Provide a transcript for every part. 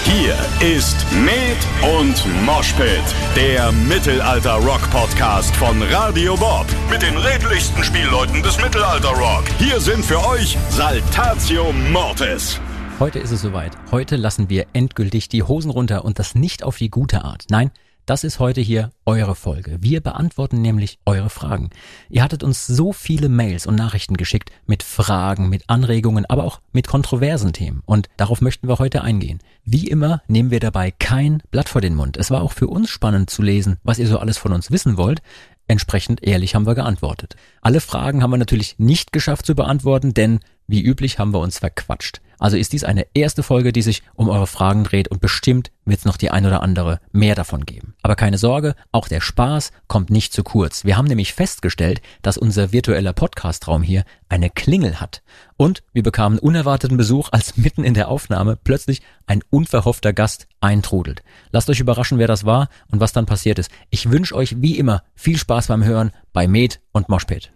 Hier ist Med und Moshpit, der Mittelalter-Rock-Podcast von Radio Bob. Mit den redlichsten Spielleuten des Mittelalter-Rock. Hier sind für euch Saltatio Mortis. Heute ist es soweit. Heute lassen wir endgültig die Hosen runter und das nicht auf die gute Art. Nein, das ist heute hier eure Folge. Wir beantworten nämlich eure Fragen. Ihr hattet uns so viele Mails und Nachrichten geschickt mit Fragen, mit Anregungen, aber auch mit kontroversen Themen. Und darauf möchten wir heute eingehen. Wie immer nehmen wir dabei kein Blatt vor den Mund. Es war auch für uns spannend zu lesen, was ihr so alles von uns wissen wollt. Entsprechend ehrlich haben wir geantwortet. Alle Fragen haben wir natürlich nicht geschafft zu beantworten, denn wie üblich haben wir uns verquatscht. Also ist dies eine erste Folge, die sich um eure Fragen dreht und bestimmt wird es noch die ein oder andere mehr davon geben. Aber keine Sorge, auch der Spaß kommt nicht zu kurz. Wir haben nämlich festgestellt, dass unser virtueller Podcastraum hier eine Klingel hat. Und wir bekamen unerwarteten Besuch, als mitten in der Aufnahme plötzlich ein unverhoffter Gast eintrudelt. Lasst euch überraschen, wer das war und was dann passiert ist. Ich wünsche euch wie immer viel Spaß beim Hören bei Med und Moshpit.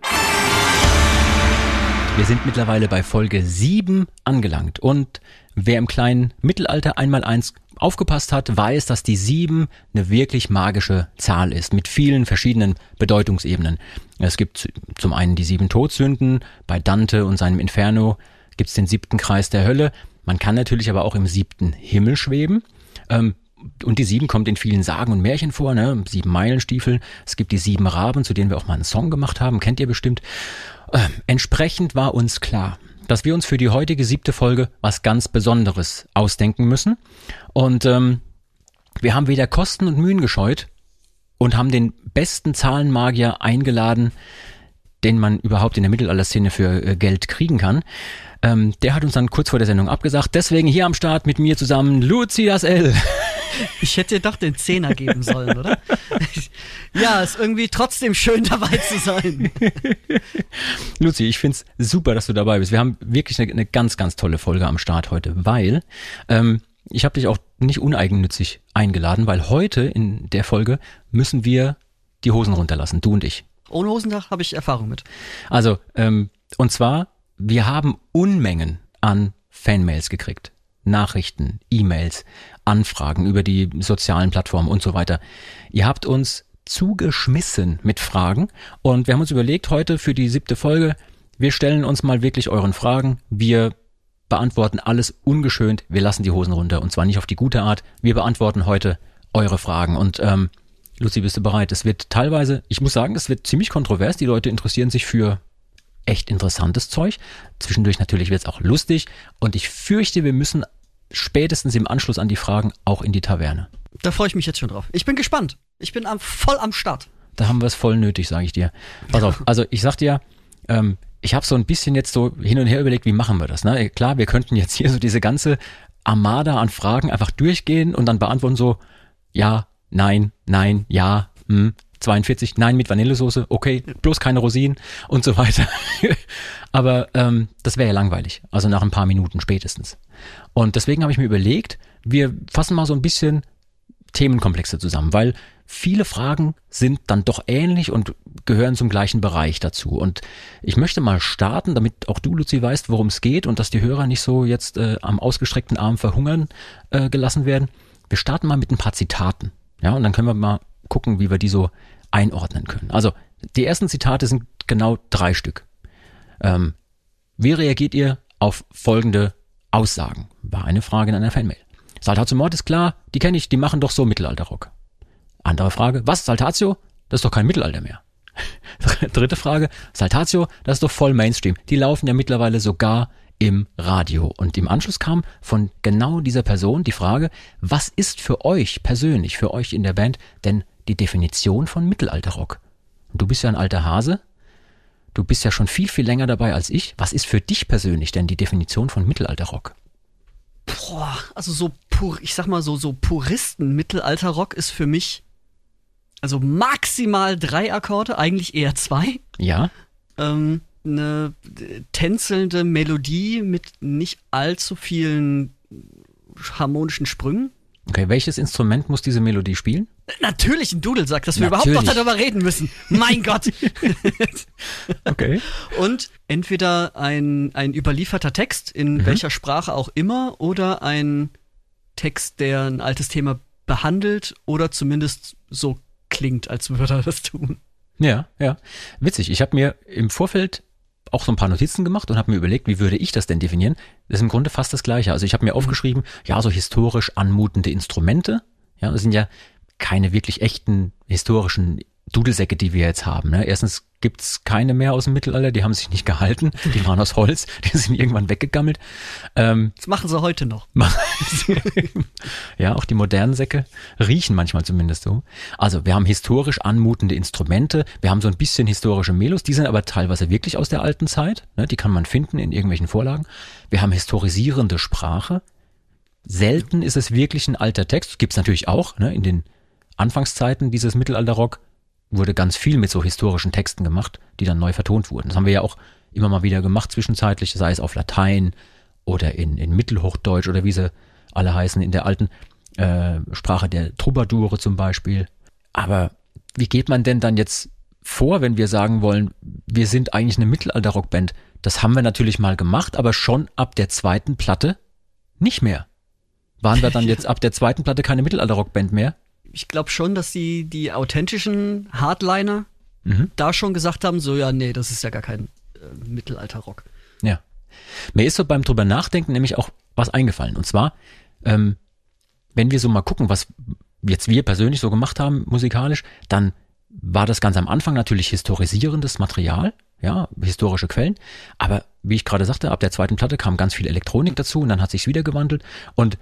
Wir sind mittlerweile bei Folge 7 angelangt und wer im kleinen Mittelalter 1x1 aufgepasst hat, weiß, dass die 7 eine wirklich magische Zahl ist, mit vielen verschiedenen Bedeutungsebenen. Es gibt zum einen die 7 Todsünden, bei Dante und seinem Inferno gibt es den 7. Kreis der Hölle. Man kann natürlich aber auch im 7. Himmel schweben. Und die 7 kommt in vielen Sagen und Märchen vor, ne? 7 Meilenstiefel. Es gibt die 7 Raben, zu denen wir auch mal einen Song gemacht haben, kennt ihr bestimmt. Entsprechend war uns klar, dass wir uns für die heutige 7. Folge was ganz Besonderes ausdenken müssen. Und wir haben weder Kosten und Mühen gescheut und haben den besten Zahlenmagier eingeladen, den man überhaupt in der Mittelalterszene für Geld kriegen kann. Der hat uns dann kurz vor der Sendung abgesagt. Deswegen hier am Start mit mir zusammen Lucius L. Ich hätte dir doch den 10er geben sollen, oder? Ja, ist irgendwie trotzdem schön dabei zu sein. Luzi, ich find's super, dass du dabei bist. Wir haben wirklich eine ganz, ganz tolle Folge am Start heute, weil ich habe dich auch nicht uneigennützig eingeladen, weil heute in der Folge müssen wir die Hosen runterlassen, du und ich. Ohne Hosentag habe ich Erfahrung mit. Also, und zwar, wir haben Unmengen an Fanmails gekriegt. Nachrichten, E-Mails, Anfragen über die sozialen Plattformen und so weiter. Ihr habt uns zugeschmissen mit Fragen und wir haben uns überlegt, heute für die 7. Folge, wir stellen uns mal wirklich euren Fragen. Wir beantworten alles ungeschönt. Wir lassen die Hosen runter und zwar nicht auf die gute Art. Wir beantworten heute eure Fragen und Luzi, bist du bereit? Es wird teilweise, ich muss sagen, es wird ziemlich kontrovers. Die Leute interessieren sich für echt interessantes Zeug. Zwischendurch natürlich wird es auch lustig und ich fürchte, wir müssen spätestens im Anschluss an die Fragen auch in die Taverne. Da freue ich mich jetzt schon drauf. Ich bin gespannt. Ich bin voll am Start. Da haben wir es voll nötig, sage ich dir. Pass auf, also ich sag dir, ich habe so ein bisschen jetzt so hin und her überlegt, wie machen wir das? Ne? Klar, wir könnten jetzt hier so diese ganze Armada an Fragen einfach durchgehen und dann beantworten so, ja, nein, ja, 42, nein mit Vanillesoße, okay, bloß keine Rosinen und so weiter. Aber das wäre ja langweilig, also nach ein paar Minuten spätestens. Und deswegen habe ich mir überlegt, wir fassen mal so ein bisschen Themenkomplexe zusammen, weil viele Fragen sind dann doch ähnlich und gehören zum gleichen Bereich dazu. Und ich möchte mal starten, damit auch du, Luzi, weißt, worum es geht und dass die Hörer nicht so jetzt am ausgestreckten Arm verhungern gelassen werden. Wir starten mal mit ein paar Zitaten. Ja, und dann können wir mal gucken, wie wir die so einordnen können. Also, die ersten Zitate sind genau 3 Stück. Wie reagiert ihr auf folgende Aussagen? War eine Frage in einer Fanmail. Saltatio Mortis, klar, die kenne ich, die machen doch so Mittelalterrock. Andere Frage, was, Saltatio? Das ist doch kein Mittelalter mehr. 3. Frage, Saltatio, das ist doch voll Mainstream. Die laufen ja mittlerweile sogar im Radio. Und im Anschluss kam von genau dieser Person die Frage, was ist für euch persönlich, für euch in der Band, denn die Definition von Mittelalterrock? Und du bist ja ein alter Hase, du bist ja schon viel, viel länger dabei als ich. Was ist für dich persönlich denn die Definition von Mittelalterrock? Boah, also ich sag mal so Puristen-Mittelalterrock ist für mich also maximal 3 Akkorde, eigentlich eher 2. Ja. Eine tänzelnde Melodie mit nicht allzu vielen harmonischen Sprüngen. Okay, welches Instrument muss diese Melodie spielen? Natürlich ein Dudelsack, dass wir überhaupt noch darüber reden müssen. Mein Gott. Okay. Und entweder ein überlieferter Text, in welcher Sprache auch immer, oder ein Text, der ein altes Thema behandelt oder zumindest so klingt, als würde er das tun. Ja. Witzig. Ich habe mir im Vorfeld auch so ein paar Notizen gemacht und habe mir überlegt, wie würde ich das denn definieren? Das ist im Grunde fast das Gleiche. Also ich habe mir aufgeschrieben, ja, so historisch anmutende Instrumente. Ja, das sind ja keine wirklich echten historischen Dudelsäcke, die wir jetzt haben. Ne? Erstens gibt's keine mehr aus dem Mittelalter, die haben sich nicht gehalten, die waren aus Holz, die sind irgendwann weggegammelt. Das machen sie heute noch. Ja, auch die modernen Säcke riechen manchmal zumindest so. Also wir haben historisch anmutende Instrumente, wir haben so ein bisschen historische Melos, die sind aber teilweise wirklich aus der alten Zeit, ne? Die kann man finden in irgendwelchen Vorlagen. Wir haben historisierende Sprache. Selten ist es wirklich ein alter Text, gibt's natürlich auch, ne? In den Anfangszeiten dieses Mittelalterrock wurde ganz viel mit so historischen Texten gemacht, die dann neu vertont wurden. Das haben wir ja auch immer mal wieder gemacht zwischenzeitlich, sei es auf Latein oder in Mittelhochdeutsch oder wie sie alle heißen, in der alten Sprache der Troubadoure zum Beispiel. Aber wie geht man denn dann jetzt vor, wenn wir sagen wollen, wir sind eigentlich eine Mittelalterrockband? Das haben wir natürlich mal gemacht, aber schon ab der zweiten Platte nicht mehr. Waren wir dann jetzt ab der zweiten Platte keine Mittelalterrockband mehr? Ich glaube schon, dass die authentischen Hardliner da schon gesagt haben, so ja, nee, das ist ja gar kein Mittelalterrock. Ja. Mir ist so beim drüber nachdenken nämlich auch was eingefallen. Und zwar, wenn wir so mal gucken, was jetzt wir persönlich so gemacht haben musikalisch, dann war das ganz am Anfang natürlich historisierendes Material, ja, historische Quellen. Aber wie ich gerade sagte, ab der zweiten Platte kam ganz viel Elektronik dazu und dann hat sich's wieder gewandelt und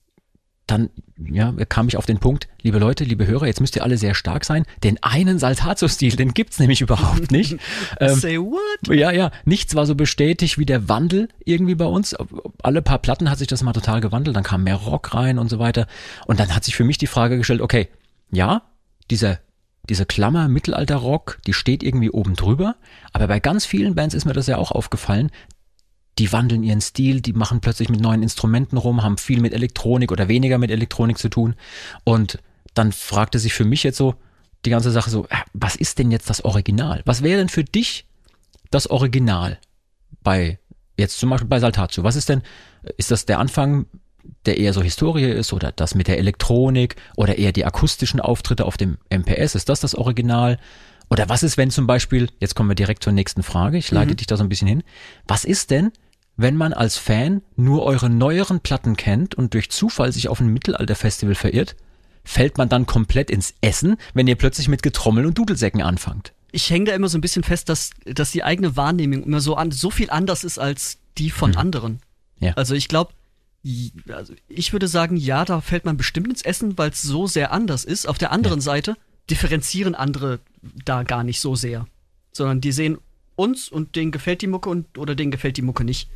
dann kam ich auf den Punkt, liebe Leute, liebe Hörer, jetzt müsst ihr alle sehr stark sein. Den einen Saltatio-Stil, den gibt's nämlich überhaupt nicht. Say what? Ja, nichts war so bestätigt wie der Wandel irgendwie bei uns. Alle paar Platten hat sich das mal total gewandelt, dann kam mehr Rock rein und so weiter. Und dann hat sich für mich die Frage gestellt, okay, ja, diese Klammer Mittelalter-Rock, die steht irgendwie oben drüber. Aber bei ganz vielen Bands ist mir das ja auch aufgefallen, die wandeln ihren Stil, die machen plötzlich mit neuen Instrumenten rum, haben viel mit Elektronik oder weniger mit Elektronik zu tun. Und dann fragte sich für mich jetzt so die ganze Sache so, was ist denn jetzt das Original? Was wäre denn für dich das Original bei, jetzt zum Beispiel bei Saltatio? Was ist denn, ist das der Anfang, der eher so Historie ist oder das mit der Elektronik oder eher die akustischen Auftritte auf dem MPS? Ist das Original? Oder was ist, wenn zum Beispiel, jetzt kommen wir direkt zur nächsten Frage, ich leite dich da so ein bisschen hin, was ist denn, wenn man als Fan nur eure neueren Platten kennt und durch Zufall sich auf ein Mittelalterfestival verirrt, fällt man dann komplett ins Essen, wenn ihr plötzlich mit Getrommel und Dudelsäcken anfangt? Ich hänge da immer so ein bisschen fest, dass die eigene Wahrnehmung immer so viel anders ist als die von anderen. Ja. Also ich glaube, ich würde sagen, ja, da fällt man bestimmt ins Essen, weil es so sehr anders ist. Auf der anderen Seite differenzieren andere da gar nicht so sehr, sondern die sehen uns und denen gefällt die Mucke oder denen gefällt die Mucke nicht.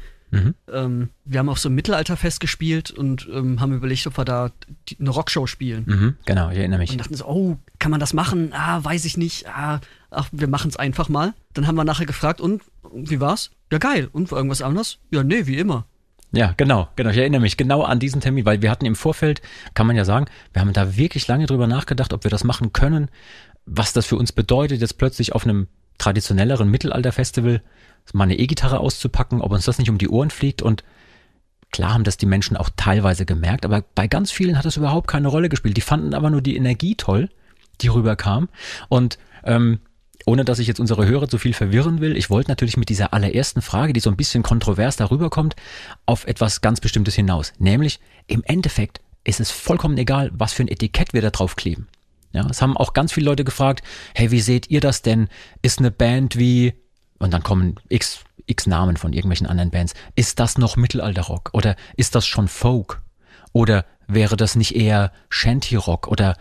Wir haben auf so einem Mittelalterfest gespielt und haben überlegt, ob wir da eine Rockshow spielen. Genau, ich erinnere mich. Und dachten so, oh, kann man das machen? Weiß ich nicht. Ach, wir machen es einfach mal. Dann haben wir nachher gefragt, und wie war's? Ja, geil. Und war irgendwas anderes? Ja, nee, wie immer. Ja, genau. Ich erinnere mich genau an diesen Termin, weil wir hatten im Vorfeld, kann man ja sagen, wir haben da wirklich lange drüber nachgedacht, ob wir das machen können, was das für uns bedeutet, jetzt plötzlich auf einem traditionelleren Mittelalterfestival mal eine E-Gitarre auszupacken, ob uns das nicht um die Ohren fliegt. Und klar haben das die Menschen auch teilweise gemerkt, aber bei ganz vielen hat das überhaupt keine Rolle gespielt. Die fanden aber nur die Energie toll, die rüberkam. Und ohne dass ich jetzt unsere Hörer zu viel verwirren will, ich wollte natürlich mit dieser allerersten Frage, die so ein bisschen kontrovers darüber kommt, auf etwas ganz Bestimmtes hinaus. Nämlich, im Endeffekt ist es vollkommen egal, was für ein Etikett wir da drauf kleben. Ja, es haben auch ganz viele Leute gefragt, hey, wie seht ihr das denn? Ist eine Band wie, und dann kommen x Namen von irgendwelchen anderen Bands, ist das noch Mittelalterrock? Oder ist das schon Folk? Oder wäre das nicht eher Shanty-Rock oder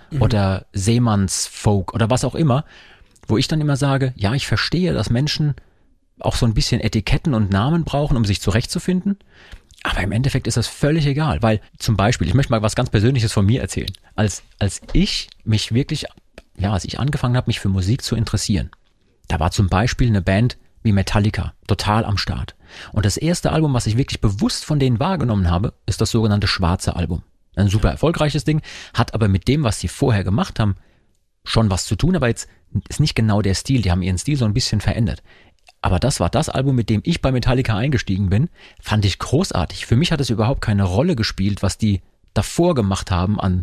Seemannsfolk oder was auch immer? Wo ich dann immer sage, ja, ich verstehe, dass Menschen auch so ein bisschen Etiketten und Namen brauchen, um sich zurechtzufinden. Aber im Endeffekt ist das völlig egal, weil zum Beispiel, ich möchte mal was ganz Persönliches von mir erzählen. Als ich mich wirklich, als ich angefangen habe, mich für Musik zu interessieren, da war zum Beispiel eine Band wie Metallica total am Start. Und das erste Album, was ich wirklich bewusst von denen wahrgenommen habe, ist das sogenannte Schwarze Album. Ein super erfolgreiches Ding, hat aber mit dem, was sie vorher gemacht haben, schon was zu tun, aber jetzt ist nicht genau der Stil, die haben ihren Stil so ein bisschen verändert. Aber das war das Album, mit dem ich bei Metallica eingestiegen bin, fand ich großartig. Für mich hat es überhaupt keine Rolle gespielt, was die davor gemacht haben an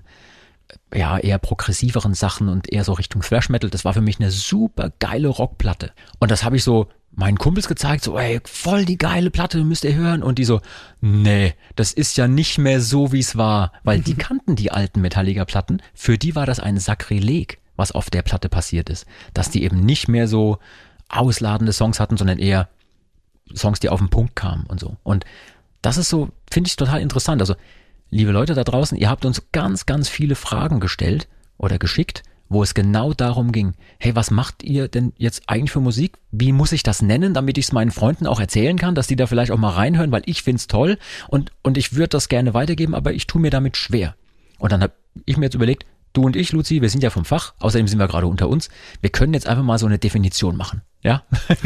ja eher progressiveren Sachen und eher so Richtung Thrash Metal, das war für mich eine super geile Rockplatte. Und das habe ich so meinen Kumpels gezeigt, so ey, voll die geile Platte, müsst ihr hören. Und die so, nee, das ist ja nicht mehr so, wie es war. Weil die kannten die alten Metallica-Platten, für die war das ein Sakrileg, was auf der Platte passiert ist. Dass die eben nicht mehr so ausladende Songs hatten, sondern eher Songs, die auf den Punkt kamen und so. Und das ist so, finde ich total interessant. Also, liebe Leute da draußen, ihr habt uns ganz, ganz viele Fragen gestellt oder geschickt, wo es genau darum ging, hey, was macht ihr denn jetzt eigentlich für Musik? Wie muss ich das nennen, damit ich es meinen Freunden auch erzählen kann, dass die da vielleicht auch mal reinhören, weil ich find's toll und ich würde das gerne weitergeben, aber ich tue mir damit schwer. Und dann habe ich mir jetzt überlegt, du und ich, Luzi, wir sind ja vom Fach, außerdem sind wir gerade unter uns, wir können jetzt einfach mal so eine Definition machen, ja?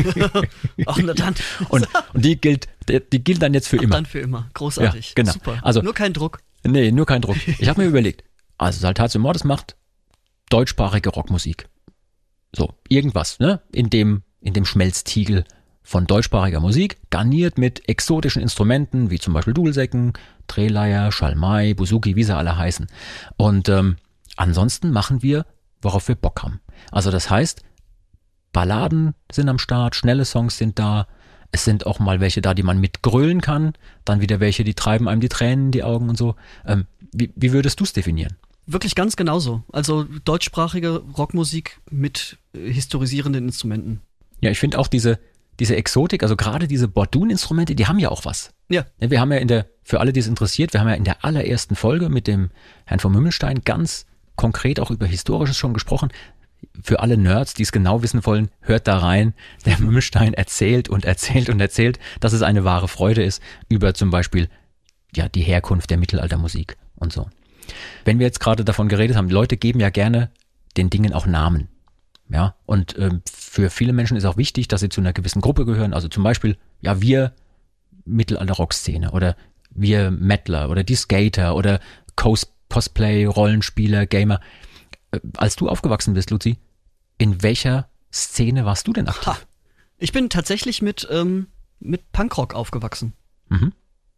Ach, na dann. Und die gilt dann jetzt für immer. Dann für immer, großartig, ja, genau. Super, also, nur kein Druck. Nee, nur kein Druck. Ich habe mir überlegt, also Saltatio Mortis macht deutschsprachige Rockmusik. So, irgendwas, ne? In dem Schmelztiegel von deutschsprachiger Musik, garniert mit exotischen Instrumenten, wie zum Beispiel Dudelsäcken, Drehleier, Schalmei, Buzuki, wie sie alle heißen. Und ansonsten machen wir, worauf wir Bock haben. Also das heißt, Balladen sind am Start, schnelle Songs sind da, es sind auch mal welche da, die man mitgrölen kann, dann wieder welche, die treiben einem die Tränen in die Augen und so. Wie würdest du es definieren? Wirklich ganz genauso. Also deutschsprachige Rockmusik mit historisierenden Instrumenten. Ja, ich finde auch diese Exotik, also gerade diese Bordun-Instrumente, die haben ja auch was. Ja. Wir haben ja für alle, die es interessiert, wir haben ja in der allerersten Folge mit dem Herrn von Mümmelstein ganz konkret auch über Historisches schon gesprochen. Für alle Nerds, die es genau wissen wollen, hört da rein. Der Mümmelstein erzählt und erzählt und erzählt, dass es eine wahre Freude ist über zum Beispiel ja die Herkunft der Mittelaltermusik und so. Wenn wir jetzt gerade davon geredet haben, Leute geben ja gerne den Dingen auch Namen. Ja, und für viele Menschen ist auch wichtig, dass sie zu einer gewissen Gruppe gehören. Also zum Beispiel, ja, wir Mittelalter-Rock-Szene oder wir Mettler oder die Skater oder Cosplay, Rollenspieler, Gamer. Als du aufgewachsen bist, Luzi, in welcher Szene warst du denn aktiv? Ich bin tatsächlich mit Punkrock aufgewachsen. Mhm.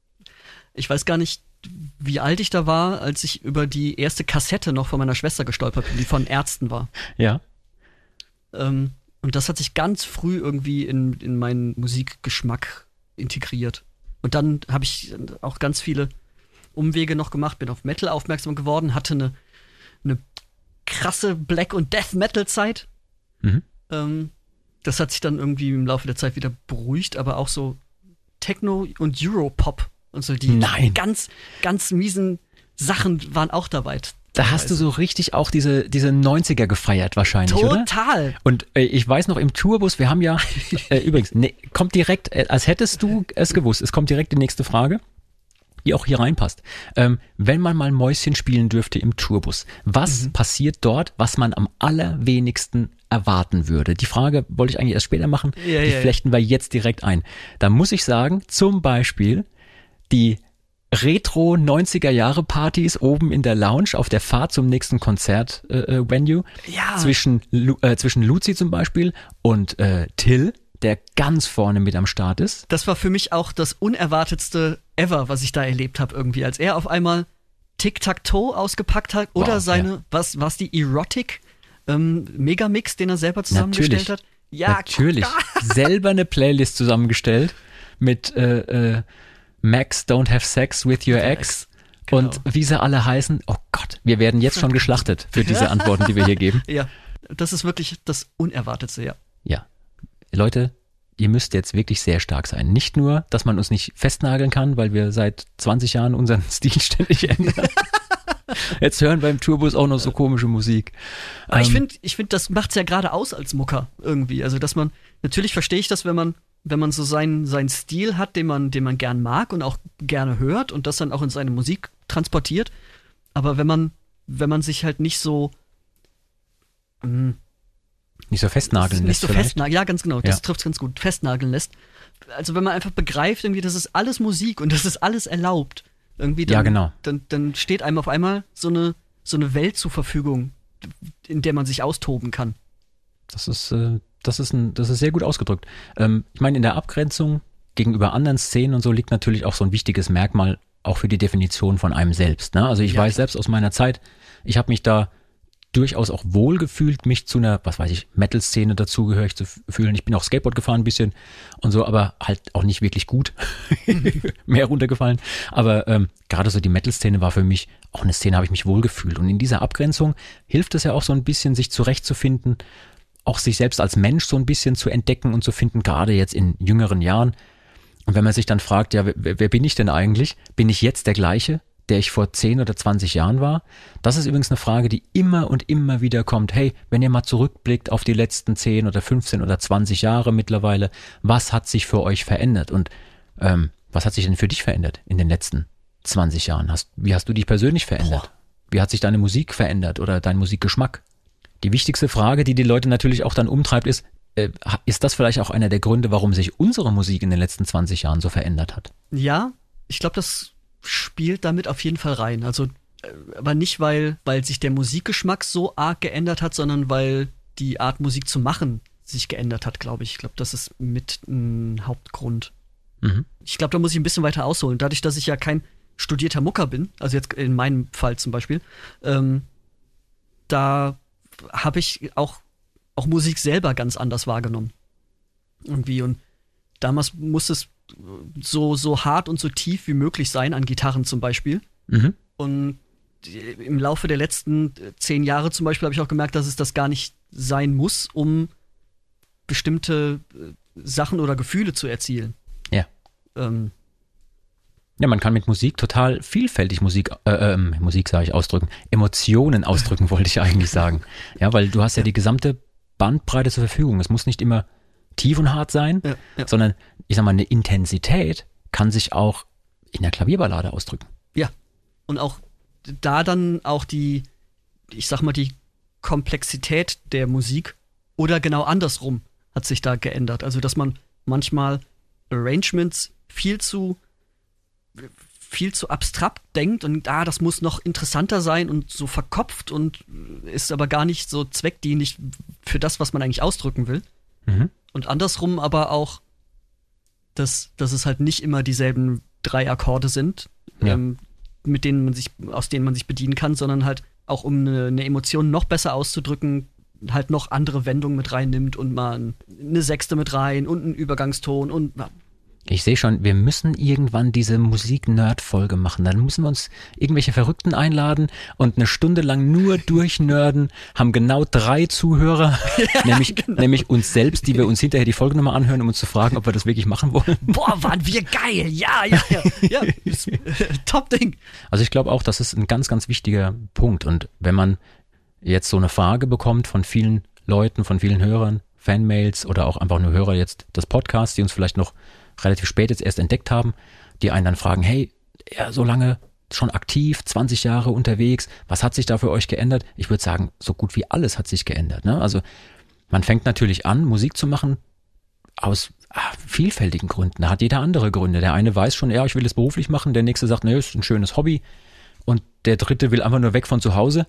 Ich weiß gar nicht, wie alt ich da war, als ich über die erste Kassette noch von meiner Schwester gestolpert bin, die von Ärzten war. Ja. Und das hat sich ganz früh irgendwie in meinen Musikgeschmack integriert. Und dann habe ich auch ganz viele Umwege noch gemacht, bin auf Metal aufmerksam geworden, hatte eine krasse Black- und Death-Metal-Zeit. Mhm. Das hat sich dann irgendwie im Laufe der Zeit wieder beruhigt, aber auch so Techno und Europop und so die ganz, ganz miesen Sachen waren auch dabei. Da hast du so richtig auch diese 90er gefeiert wahrscheinlich, oder? Total. Und ich weiß noch, im Tourbus, wir haben ja, übrigens, kommt direkt, als hättest du es gewusst, es kommt direkt die nächste Frage, die auch hier reinpasst. Wenn man mal Mäuschen spielen dürfte im Tourbus, was passiert dort, was man am allerwenigsten erwarten würde? Die Frage wollte ich eigentlich erst später machen, die flechten wir jetzt direkt ein. Da muss ich sagen, zum Beispiel die Retro-90er-Jahre-Partys oben in der Lounge auf der Fahrt zum nächsten Konzert-Venue. Ja. Zwischen Luzi zum Beispiel und Till, der ganz vorne mit am Start ist. Das war für mich auch das Unerwartetste ever, was ich da erlebt habe irgendwie. Als er auf einmal Tic-Tac-Toe ausgepackt hat oder was die Erotic Megamix, den er selber zusammengestellt hat. Ja, natürlich. Selber eine Playlist zusammengestellt mit Max Don't Have Sex with Your Ex. Genau. Und wie sie alle heißen, oh Gott, wir werden jetzt schon geschlachtet für diese Antworten, die wir hier geben. Ja, das ist wirklich das Unerwartetste, ja. Ja, Leute, ihr müsst jetzt wirklich sehr stark sein. Nicht nur, dass man uns nicht festnageln kann, weil wir seit 20 Jahren unseren Stil ständig ändern. Jetzt hören wir im Tourbus auch noch so komische Musik. Aber ich finde, das macht's ja gerade aus als Mucker irgendwie. Also, dass man, natürlich verstehe ich das, wenn man so seinen Stil hat, den man gern mag und auch gerne hört und das dann auch in seine Musik transportiert. Aber wenn man sich halt nicht so festnageln lässt. Ja, ganz genau, das trifft's ganz gut. Festnageln lässt. Also wenn man einfach begreift, irgendwie, das ist alles Musik und das ist alles erlaubt. Irgendwie dann, ja, genau. Dann steht einem auf einmal so eine Welt zur Verfügung, in der man sich austoben kann. Das ist sehr gut ausgedrückt. Ich meine, in der Abgrenzung gegenüber anderen Szenen und so liegt natürlich auch so ein wichtiges Merkmal auch für die Definition von einem selbst. Ne? Also ich weiß selbst aus meiner Zeit, ich habe mich da durchaus auch wohl gefühlt, mich zu einer, Metal-Szene dazugehörig zu fühlen. Ich bin auch Skateboard gefahren ein bisschen und so, aber halt auch nicht wirklich gut. Mehr runtergefallen. Aber gerade so die Metal-Szene war für mich auch eine Szene, habe ich mich wohl gefühlt. Und in dieser Abgrenzung hilft es ja auch so ein bisschen, sich zurechtzufinden, auch sich selbst als Mensch so ein bisschen zu entdecken und zu finden, gerade jetzt in jüngeren Jahren. Und wenn man sich dann fragt, ja, wer bin ich denn eigentlich? Bin ich jetzt der gleiche, der ich vor 10 oder 20 Jahren war? Das ist übrigens eine Frage, die immer und immer wieder kommt. Hey, wenn ihr mal zurückblickt auf die letzten 10 oder 15 oder 20 Jahre mittlerweile, was hat sich für euch verändert? Und was hat sich denn für dich verändert in den letzten 20 Jahren? Wie hast du dich persönlich verändert? Wie hat sich deine Musik verändert oder dein Musikgeschmack? Die wichtigste Frage, die Leute natürlich auch dann umtreibt, ist das vielleicht auch einer der Gründe, warum sich unsere Musik in den letzten 20 Jahren so verändert hat? Ja, ich glaube, das spielt damit auf jeden Fall rein. Also, aber nicht, weil sich der Musikgeschmack so arg geändert hat, sondern weil die Art, Musik zu machen, sich geändert hat, glaube ich. Ich glaube, das ist mit ein Hauptgrund. Mhm. Ich glaube, da muss ich ein bisschen weiter ausholen. Dadurch, dass ich ja kein studierter Mucker bin, also jetzt in meinem Fall zum Beispiel, da habe ich auch Musik selber ganz anders wahrgenommen. Irgendwie. Und damals musste es so hart und so tief wie möglich sein, an Gitarren zum Beispiel. Mhm. Und im Laufe der letzten 10 Jahre zum Beispiel habe ich auch gemerkt, dass es das gar nicht sein muss, um bestimmte Sachen oder Gefühle zu erzielen. Ja. Ja, man kann mit Musik total vielfältig Emotionen ausdrücken, wollte ich eigentlich sagen. Ja, weil du hast ja die gesamte Bandbreite zur Verfügung. Es muss nicht immer tief und hart sein, sondern, ich sag mal, eine Intensität kann sich auch in der Klavierballade ausdrücken. Ja, und auch da dann auch die Komplexität der Musik oder genau andersrum hat sich da geändert. Also, dass man manchmal Arrangements viel zu abstrakt denkt und das muss noch interessanter sein und so verkopft und ist aber gar nicht so zweckdienlich für das, was man eigentlich ausdrücken will. Mhm. Und andersrum aber auch, dass es halt nicht immer dieselben 3 Akkorde sind, aus denen man sich bedienen kann, sondern halt auch, um eine Emotion noch besser auszudrücken, halt noch andere Wendungen mit reinnimmt und mal eine Sechste mit rein und einen Übergangston und ich sehe schon, wir müssen irgendwann diese Musik-Nerd-Folge machen. Dann müssen wir uns irgendwelche Verrückten einladen und eine Stunde lang nur durchnörden, haben genau 3 Zuhörer, nämlich uns selbst, die wir uns hinterher die Folge nochmal anhören, um uns zu fragen, ob wir das wirklich machen wollen. Boah, waren wir geil! Ja, Top-Ding! Also ich glaube auch, das ist ein ganz, ganz wichtiger Punkt. Und wenn man jetzt so eine Frage bekommt von vielen Leuten, von vielen Hörern, Fanmails oder auch einfach nur Hörer jetzt des Podcasts, die uns vielleicht noch relativ spät jetzt erst entdeckt haben, die einen dann fragen, hey, so lange schon aktiv, 20 Jahre unterwegs, was hat sich da für euch geändert? Ich würde sagen, so gut wie alles hat sich geändert. Ne? Also man fängt natürlich an, Musik zu machen aus vielfältigen Gründen. Da hat jeder andere Gründe. Der eine weiß schon, ich will das beruflich machen, der nächste sagt, ist ein schönes Hobby und der dritte will einfach nur weg von zu Hause.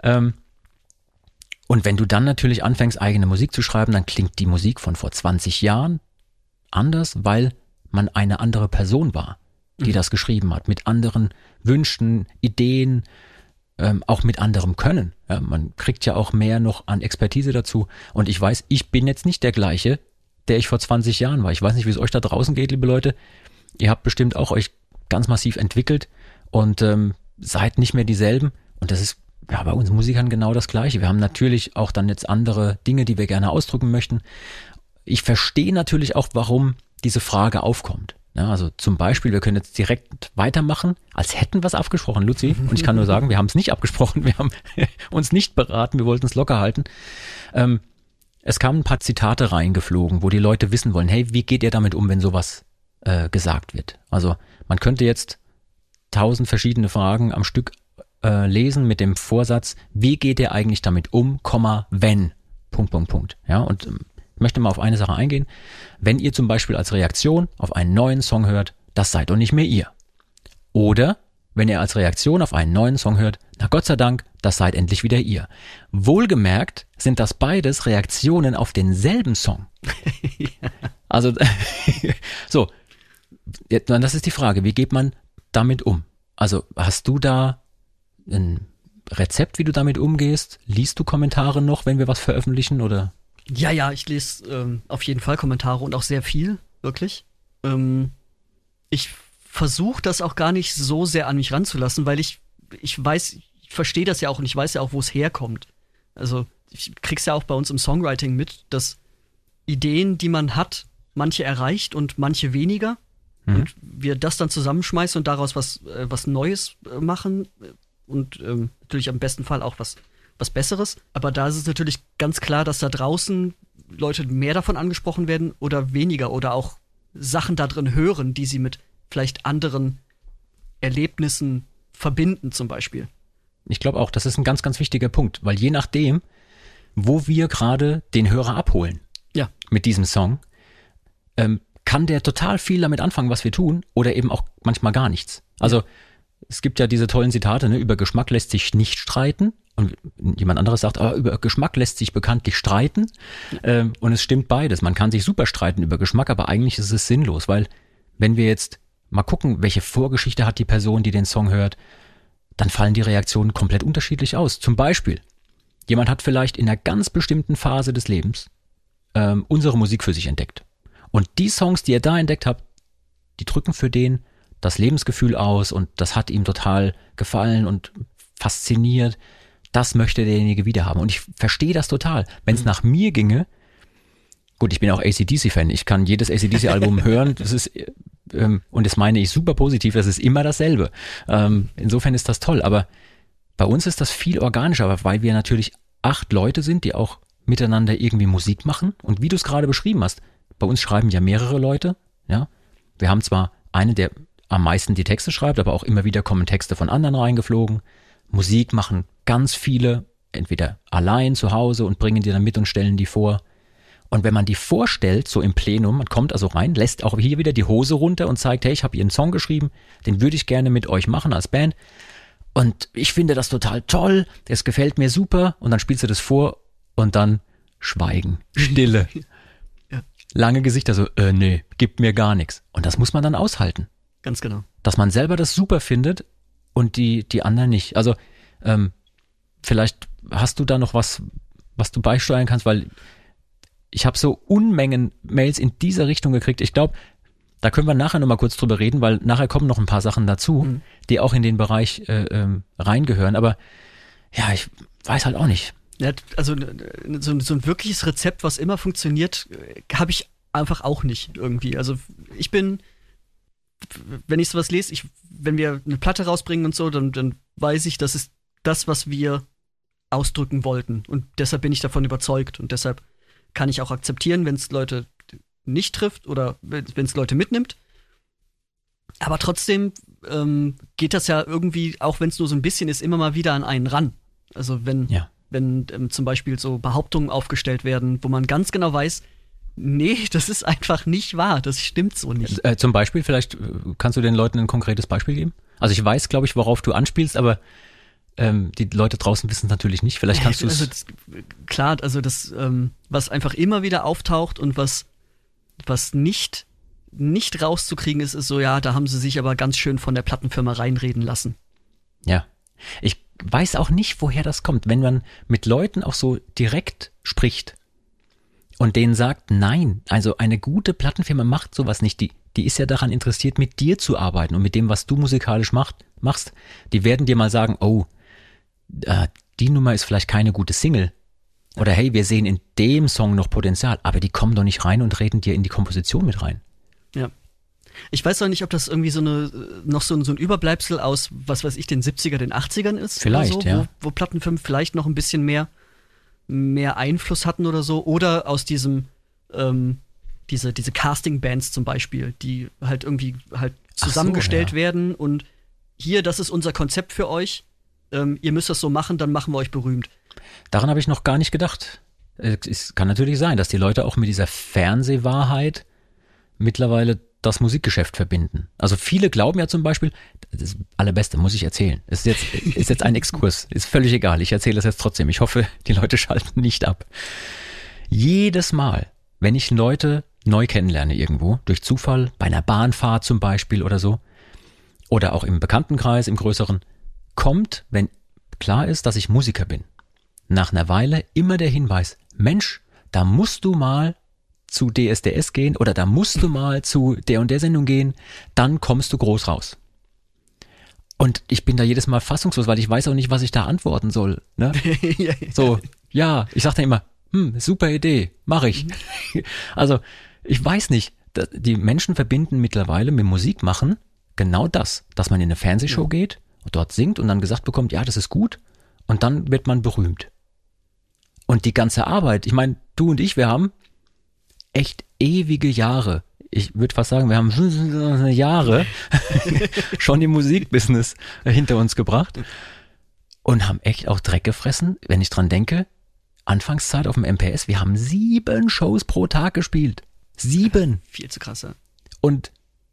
Und wenn du dann natürlich anfängst, eigene Musik zu schreiben, dann klingt die Musik von vor 20 Jahren anders, weil man eine andere Person war, die das geschrieben hat, mit anderen Wünschen, Ideen, auch mit anderem Können. Ja, man kriegt ja auch mehr noch an Expertise dazu. Und ich weiß, ich bin jetzt nicht der gleiche, der ich vor 20 Jahren war. Ich weiß nicht, wie es euch da draußen geht, liebe Leute. Ihr habt bestimmt auch euch ganz massiv entwickelt und seid nicht mehr dieselben. Und das ist bei uns Musikern genau das Gleiche. Wir haben natürlich auch dann jetzt andere Dinge, die wir gerne ausdrücken möchten. Ich verstehe natürlich auch, warum diese Frage aufkommt. Ja, also zum Beispiel, wir können jetzt direkt weitermachen, als hätten wir es abgesprochen, Luzi. Und ich kann nur sagen, wir haben es nicht abgesprochen, wir haben uns nicht beraten, wir wollten es locker halten. Es kamen ein paar Zitate reingeflogen, wo die Leute wissen wollen, hey, wie geht ihr damit um, wenn sowas gesagt wird? Also man könnte jetzt 1000 verschiedene Fragen am Stück lesen mit dem Vorsatz, wie geht ihr eigentlich damit um, wenn, ... Ja, und ich möchte mal auf eine Sache eingehen. Wenn ihr zum Beispiel als Reaktion auf einen neuen Song hört, das seid doch nicht mehr ihr. Oder wenn ihr als Reaktion auf einen neuen Song hört, na Gott sei Dank, das seid endlich wieder ihr. Wohlgemerkt sind das beides Reaktionen auf denselben Song. Also, so, das ist die Frage, wie geht man damit um? Also hast du da ein Rezept, wie du damit umgehst? Liest du Kommentare noch, wenn wir was veröffentlichen, oder? Ja, ich lese auf jeden Fall Kommentare und auch sehr viel, wirklich. Ich versuche das auch gar nicht so sehr an mich ranzulassen, weil ich weiß, ich verstehe das ja auch und ich weiß ja auch, wo es herkommt. Also ich krieg's ja auch bei uns im Songwriting mit, dass Ideen, die man hat, manche erreicht und manche weniger. Und wir das dann zusammenschmeißen und daraus was Neues machen und natürlich am besten Fall auch was Besseres. Aber da ist es natürlich ganz klar, dass da draußen Leute mehr davon angesprochen werden oder weniger oder auch Sachen da drin hören, die sie mit vielleicht anderen Erlebnissen verbinden zum Beispiel. Ich glaube auch, das ist ein ganz, ganz wichtiger Punkt, weil je nachdem, wo wir gerade den Hörer abholen mit diesem Song, kann der total viel damit anfangen, was wir tun, oder eben auch manchmal gar nichts. Also es gibt ja diese tollen Zitate, ne, über Geschmack lässt sich nicht streiten. Und jemand anderes sagt, aber über Geschmack lässt sich bekanntlich streiten. Und es stimmt beides. Man kann sich super streiten über Geschmack, aber eigentlich ist es sinnlos, weil wenn wir jetzt mal gucken, welche Vorgeschichte hat die Person, die den Song hört, dann fallen die Reaktionen komplett unterschiedlich aus. Zum Beispiel, jemand hat vielleicht in einer ganz bestimmten Phase des Lebens unsere Musik für sich entdeckt. Und die Songs, die ihr da entdeckt habt, die drücken für den das Lebensgefühl aus und das hat ihm total gefallen und fasziniert. Das möchte derjenige wieder haben. Und ich verstehe das total. Wenn es nach mir ginge, gut, ich bin auch AC/DC-Fan, ich kann jedes AC/DC-Album hören, das ist, und das meine ich super positiv, das ist immer dasselbe. Insofern ist das toll, aber bei uns ist das viel organischer, weil wir natürlich 8 Leute sind, die auch miteinander irgendwie Musik machen. Und wie du es gerade beschrieben hast, bei uns schreiben ja mehrere Leute, ja. Wir haben zwar einen, der am meisten die Texte schreibt, aber auch immer wieder kommen Texte von anderen reingeflogen. Musik machen ganz viele, entweder allein zu Hause und bringen die dann mit und stellen die vor. Und wenn man die vorstellt, so im Plenum, man kommt also rein, lässt auch hier wieder die Hose runter und zeigt, hey, ich habe hier einen Song geschrieben, den würde ich gerne mit euch machen als Band. Und ich finde das total toll, das gefällt mir super. Und dann spielst du das vor und dann Schweigen, Stille. Lange Gesichter so, nee, gibt mir gar nichts. Und das muss man dann aushalten. Ganz genau. Dass man selber das super findet und die anderen nicht. Also vielleicht hast du da noch was du beisteuern kannst, weil ich habe so Unmengen Mails in dieser Richtung gekriegt. Ich glaube, da können wir nachher nochmal kurz drüber reden, weil nachher kommen noch ein paar Sachen dazu, die auch in den Bereich reingehören. Aber ja, ich weiß halt auch nicht. Ja, also so ein wirkliches Rezept, was immer funktioniert, habe ich einfach auch nicht irgendwie. Also ich bin, wenn ich sowas lese, wenn wir eine Platte rausbringen und so, dann weiß ich, das ist das, was wir ausdrücken wollten. Und deshalb bin ich davon überzeugt. Und deshalb kann ich auch akzeptieren, wenn es Leute nicht trifft oder wenn es Leute mitnimmt. Aber trotzdem geht das ja irgendwie, auch wenn es nur so ein bisschen ist, immer mal wieder an einen ran. Also wenn zum Beispiel so Behauptungen aufgestellt werden, wo man ganz genau weiß, nee, das ist einfach nicht wahr, das stimmt so nicht. Zum Beispiel, vielleicht kannst du den Leuten ein konkretes Beispiel geben? Also ich weiß, glaube ich, worauf du anspielst, aber die Leute draußen wissen es natürlich nicht. Vielleicht kannst du es... Klar, also das, was einfach immer wieder auftaucht und was nicht rauszukriegen ist so, ja, da haben sie sich aber ganz schön von der Plattenfirma reinreden lassen. Ja, ich weiß auch nicht, woher das kommt, wenn man mit Leuten auch so direkt spricht und denen sagt, nein, also eine gute Plattenfirma macht sowas nicht, die ist ja daran interessiert, mit dir zu arbeiten und mit dem, was du musikalisch machst. Die werden dir mal sagen, oh, die Nummer ist vielleicht keine gute Single. Oder hey, wir sehen in dem Song noch Potenzial, aber die kommen doch nicht rein und reden dir in die Komposition mit rein. Ja. Ich weiß auch nicht, ob das irgendwie so ein Überbleibsel aus, was weiß ich, den 70er, den 80ern ist. Vielleicht, oder so, ja. Wo Plattenfirmen vielleicht noch ein bisschen mehr Einfluss hatten oder so. Oder aus diesem, diese Casting-Bands zum Beispiel, die halt irgendwie halt zusammengestellt werden und hier, das ist unser Konzept für euch. Ihr müsst das so machen, dann machen wir euch berühmt. Daran habe ich noch gar nicht gedacht. Es kann natürlich sein, dass die Leute auch mit dieser Fernsehwahrheit mittlerweile das Musikgeschäft verbinden. Also viele glauben ja zum Beispiel, das Allerbeste, muss ich erzählen. Ist jetzt ein Exkurs, ist völlig egal, ich erzähle das jetzt trotzdem. Ich hoffe, die Leute schalten nicht ab. Jedes Mal, wenn ich Leute neu kennenlerne irgendwo, durch Zufall, bei einer Bahnfahrt zum Beispiel oder so, oder auch im Bekanntenkreis, im größeren, kommt, wenn klar ist, dass ich Musiker bin, nach einer Weile immer der Hinweis, Mensch, da musst du mal zu DSDS gehen oder da musst du mal zu der und der Sendung gehen, dann kommst du groß raus. Und ich bin da jedes Mal fassungslos, weil ich weiß auch nicht, was ich da antworten soll. Ne? So, ja, ich sage dann immer, super Idee, mache ich. Also, ich weiß nicht, die Menschen verbinden mittlerweile mit Musik machen genau das, dass man in eine Fernsehshow geht und dort singt und dann gesagt bekommt, ja, das ist gut und dann wird man berühmt. Und die ganze Arbeit, ich meine, du und ich, wir haben echt ewige Jahre, ich würde fast sagen, wir haben Jahre schon im Musikbusiness hinter uns gebracht und haben echt auch Dreck gefressen, wenn ich dran denke, Anfangszeit auf dem MPS, wir haben 7 Shows pro Tag gespielt. 7. Viel zu krass, ja. Und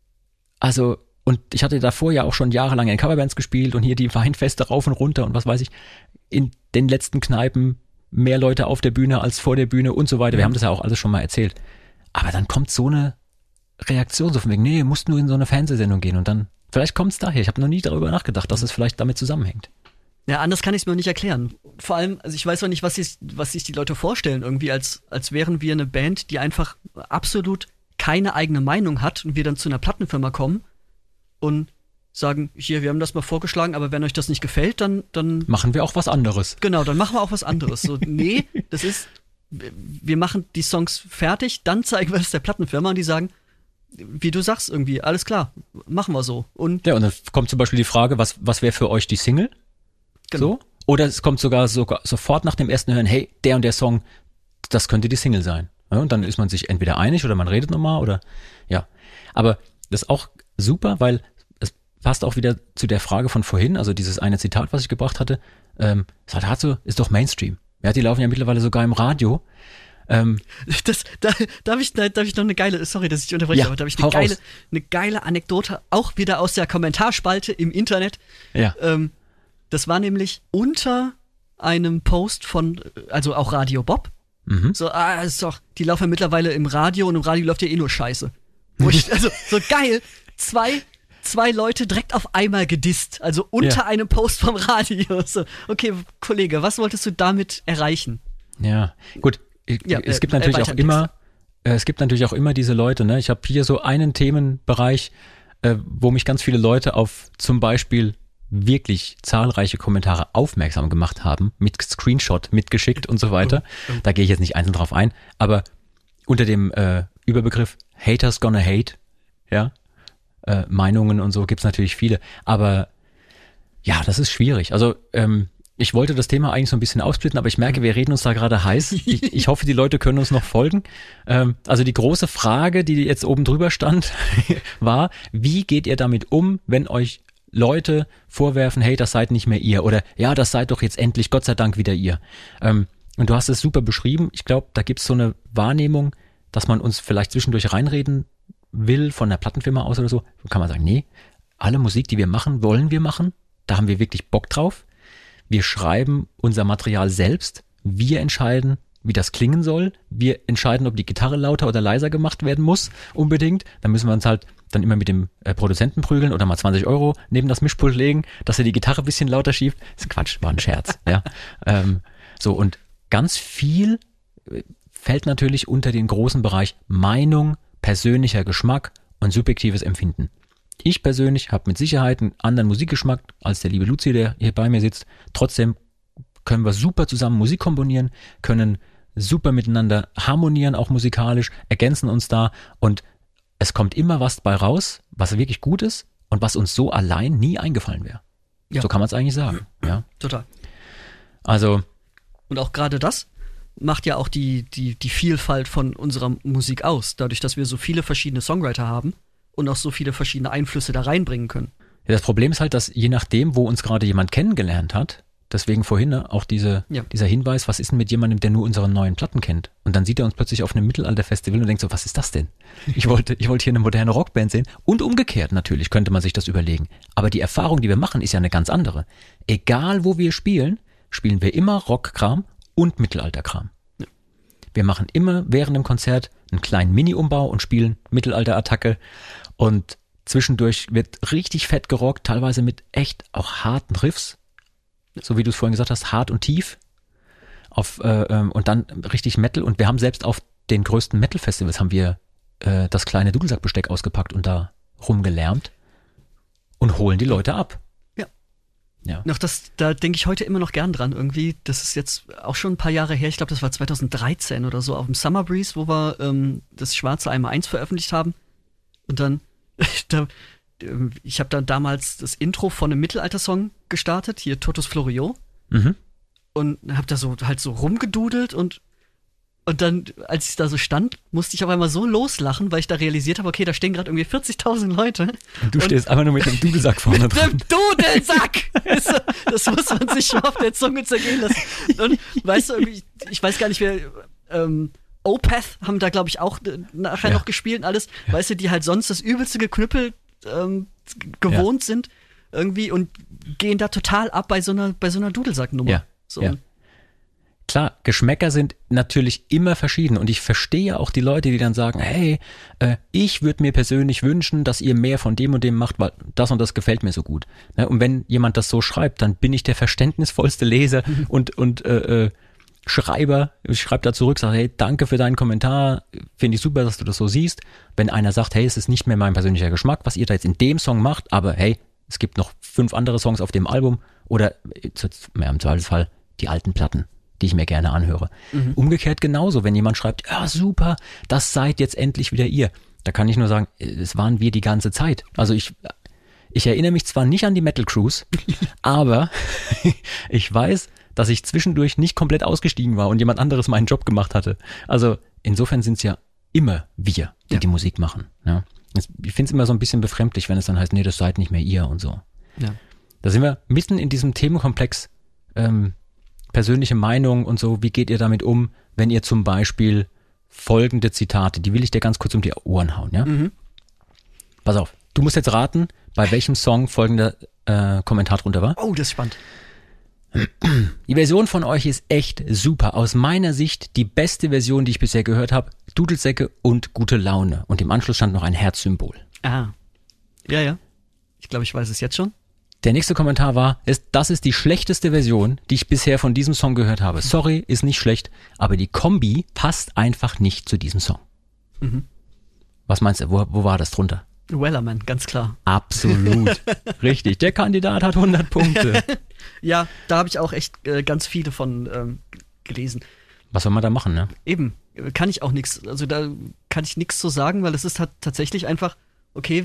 ich hatte davor ja auch schon jahrelang in Coverbands gespielt und hier die Weinfeste rauf und runter und was weiß ich, in den letzten Kneipen mehr Leute auf der Bühne als vor der Bühne und so weiter. Wir haben das ja auch alles schon mal erzählt. Aber dann kommt so eine Reaktion, so von wegen, nee, musst nur in so eine Fernsehsendung gehen und dann, vielleicht kommt es daher. Ich habe noch nie darüber nachgedacht, dass es vielleicht damit zusammenhängt. Ja, anders kann ich es mir nicht erklären. Vor allem, also ich weiß auch nicht, was sich die Leute vorstellen, irgendwie, als wären wir eine Band, die einfach absolut keine eigene Meinung hat und wir dann zu einer Plattenfirma kommen und sagen, hier, wir haben das mal vorgeschlagen, aber wenn euch das nicht gefällt, dann machen wir auch was anderes. Genau, dann machen wir auch was anderes. So, nee, das ist, wir machen die Songs fertig, dann zeigen wir es der Plattenfirma und die sagen, wie du sagst irgendwie, alles klar, machen wir so. Und ja, und dann kommt zum Beispiel die Frage, was wäre für euch die Single? Genau. So? Oder es kommt sogar sofort nach dem ersten Hören, hey, der und der Song, das könnte die Single sein. Ja, und dann ist man sich entweder einig oder man redet nochmal oder ja. Aber das ist auch super, weil es passt auch wieder zu der Frage von vorhin, also dieses eine Zitat, was ich gebracht hatte, ist doch Mainstream. Ja, die laufen ja mittlerweile sogar im Radio. Darf ich noch eine geile, sorry, dass ich dich unterbreche, aber darf ich eine geile Anekdote, auch wieder aus der Kommentarspalte im Internet. Ja. Das war nämlich unter einem Post von, also auch Radio Bob. Mhm. So, ist doch, die laufen ja mittlerweile im Radio und im Radio läuft ja eh nur Scheiße. Also, so geil, zwei Leute direkt auf einmal gedisst, also unter einem Post vom Radio. So, okay, Kollege, was wolltest du damit erreichen? Ja, gut. Es gibt natürlich auch immer diese Leute, ne? Ich habe hier so einen Themenbereich, wo mich ganz viele Leute auf zum Beispiel wirklich zahlreiche Kommentare aufmerksam gemacht haben, mit Screenshot mitgeschickt und so weiter. Da gehe ich jetzt nicht einzeln drauf ein, aber unter dem Überbegriff Haters gonna hate, ja, Meinungen und so gibt's natürlich viele, aber ja, das ist schwierig. Also ich wollte das Thema eigentlich so ein bisschen aufsplitten, aber ich merke, wir reden uns da gerade heiß. Ich hoffe, die Leute können uns noch folgen. Also die große Frage, die jetzt oben drüber stand, war, wie geht ihr damit um, wenn euch Leute vorwerfen, hey, das seid nicht mehr ihr oder ja, das seid doch jetzt endlich, Gott sei Dank, wieder ihr. Und du hast es super beschrieben. Ich glaube, da gibt's so eine Wahrnehmung, dass man uns vielleicht zwischendurch reinreden will von der Plattenfirma aus oder so. So kann man sagen, nee, alle Musik, die wir machen, wollen wir machen. Da haben wir wirklich Bock drauf. Wir schreiben unser Material selbst. Wir entscheiden, wie das klingen soll. Wir entscheiden, ob die Gitarre lauter oder leiser gemacht werden muss, unbedingt. Dann müssen wir uns halt dann immer mit dem Produzenten prügeln oder mal 20 € neben das Mischpult legen, dass er die Gitarre ein bisschen lauter schiebt. Das ist Quatsch, war ein Scherz. Ja. So, und ganz viel fällt natürlich unter den großen Bereich Meinung, persönlicher Geschmack und subjektives Empfinden. Ich persönlich habe mit Sicherheit einen anderen Musikgeschmack als der liebe Luzi, der hier bei mir sitzt. Trotzdem können wir super zusammen Musik komponieren, können super miteinander harmonieren, auch musikalisch, ergänzen uns da und es kommt immer was bei raus, was wirklich gut ist und was uns so allein nie eingefallen wäre. Ja. So kann man es eigentlich sagen. Ja. Total. Also. Und auch gerade das macht ja auch die Vielfalt von unserer Musik aus, dadurch, dass wir so viele verschiedene Songwriter haben und auch so viele verschiedene Einflüsse da reinbringen können. Ja, das Problem ist halt, dass je nachdem, wo uns gerade jemand kennengelernt hat, deswegen vorhin auch dieser Hinweis, was ist denn mit jemandem, der nur unsere neuen Platten kennt? Und dann sieht er uns plötzlich auf einem Mittelalterfestival und denkt so, was ist das denn? Ich wollte hier eine moderne Rockband sehen. Und umgekehrt natürlich könnte man sich das überlegen. Aber die Erfahrung, die wir machen, ist ja eine ganz andere. Egal, wo wir spielen wir immer Rockkram und Mittelalterkram. Ja. Wir machen immer während dem Konzert einen kleinen Mini-Umbau und spielen Mittelalterattacke und Zwischendurch wird richtig fett gerockt, teilweise mit echt auch harten Riffs. So wie du es vorhin gesagt hast, hart und tief. Und dann richtig Metal. Und wir haben selbst auf den größten Metal-Festivals haben wir das kleine Dudelsackbesteck ausgepackt und da rumgelärmt und holen die Leute ab. Ja. Da denke ich heute immer noch gern dran irgendwie. Das ist jetzt auch schon ein paar Jahre her. Ich glaube, das war 2013 oder so auf dem Summer Breeze, wo wir das Schwarze Einmal 1 veröffentlicht haben. Und dann, ich habe dann damals das Intro von einem Mittelalter-Song gestartet, hier Totus Florio. Mhm. Und habe da so halt so rumgedudelt und dann, als ich da so stand, musste ich auf einmal so loslachen, weil ich da realisiert habe, okay, da stehen gerade irgendwie 40.000 Leute. Und du stehst einfach nur mit dem Dudelsack vorne mit dran. Mit dem Dudelsack! Das muss man sich schon auf der Zunge zergehen lassen. Und weißt du, irgendwie, ich weiß gar nicht, wer Opeth haben da, glaube ich, auch nachher noch gespielt und alles. Weißt du, die halt sonst das übelste Geknüppel gewohnt sind irgendwie und gehen da total ab bei so einer Dudelsacknummer. Ja. So. Ja. Klar, Geschmäcker sind natürlich immer verschieden und ich verstehe auch die Leute, die dann sagen, hey, ich würde mir persönlich wünschen, dass ihr mehr von dem und dem macht, weil das und das gefällt mir so gut. Und wenn jemand das so schreibt, dann bin ich der verständnisvollste Leser und Schreiber. Ich schreibe da zurück, sage, hey, danke für deinen Kommentar, finde ich super, dass du das so siehst. Wenn einer sagt, hey, es ist nicht mehr mein persönlicher Geschmack, was ihr da jetzt in dem Song macht, aber hey, es gibt noch 5 andere Songs auf dem Album oder im Zweifelsfall die alten Platten, die ich mir gerne anhöre. Mhm. Umgekehrt genauso, wenn jemand schreibt, ja super, das seid jetzt endlich wieder ihr. Da kann ich nur sagen, es waren wir die ganze Zeit. Also ich erinnere mich zwar nicht an die Metal Cruise, aber ich weiß, dass ich zwischendurch nicht komplett ausgestiegen war und jemand anderes meinen Job gemacht hatte. Also insofern sind es ja immer wir, die die Musik machen. Ja. Ich finde es immer so ein bisschen befremdlich, wenn es dann heißt, nee, das seid nicht mehr ihr und so. Ja. Da sind wir mitten in diesem Themenkomplex persönliche Meinung und so, wie geht ihr damit um, wenn ihr zum Beispiel folgende Zitate, die will ich dir ganz kurz um die Ohren hauen, ja? Mhm. Pass auf, du musst jetzt raten, bei welchem Song folgender Kommentar drunter war. Oh, das ist spannend. Die Version von euch ist echt super. Aus meiner Sicht die beste Version, die ich bisher gehört habe. Dudelsäcke und gute Laune. Und im Anschluss stand noch ein Herzsymbol. Ah. Ja. Ich glaube, ich weiß es jetzt schon. Der nächste Kommentar war, das ist die schlechteste Version, die ich bisher von diesem Song gehört habe. Sorry, ist nicht schlecht, aber die Kombi passt einfach nicht zu diesem Song. Mhm. Was meinst du, wo war das drunter? Wellerman, ganz klar. Absolut. Richtig, der Kandidat hat 100 Punkte. Ja, da habe ich auch echt ganz viele von gelesen. Was soll man da machen, ne? Eben, kann ich auch nichts, also da kann ich nichts zu sagen, weil es ist halt tatsächlich einfach, okay,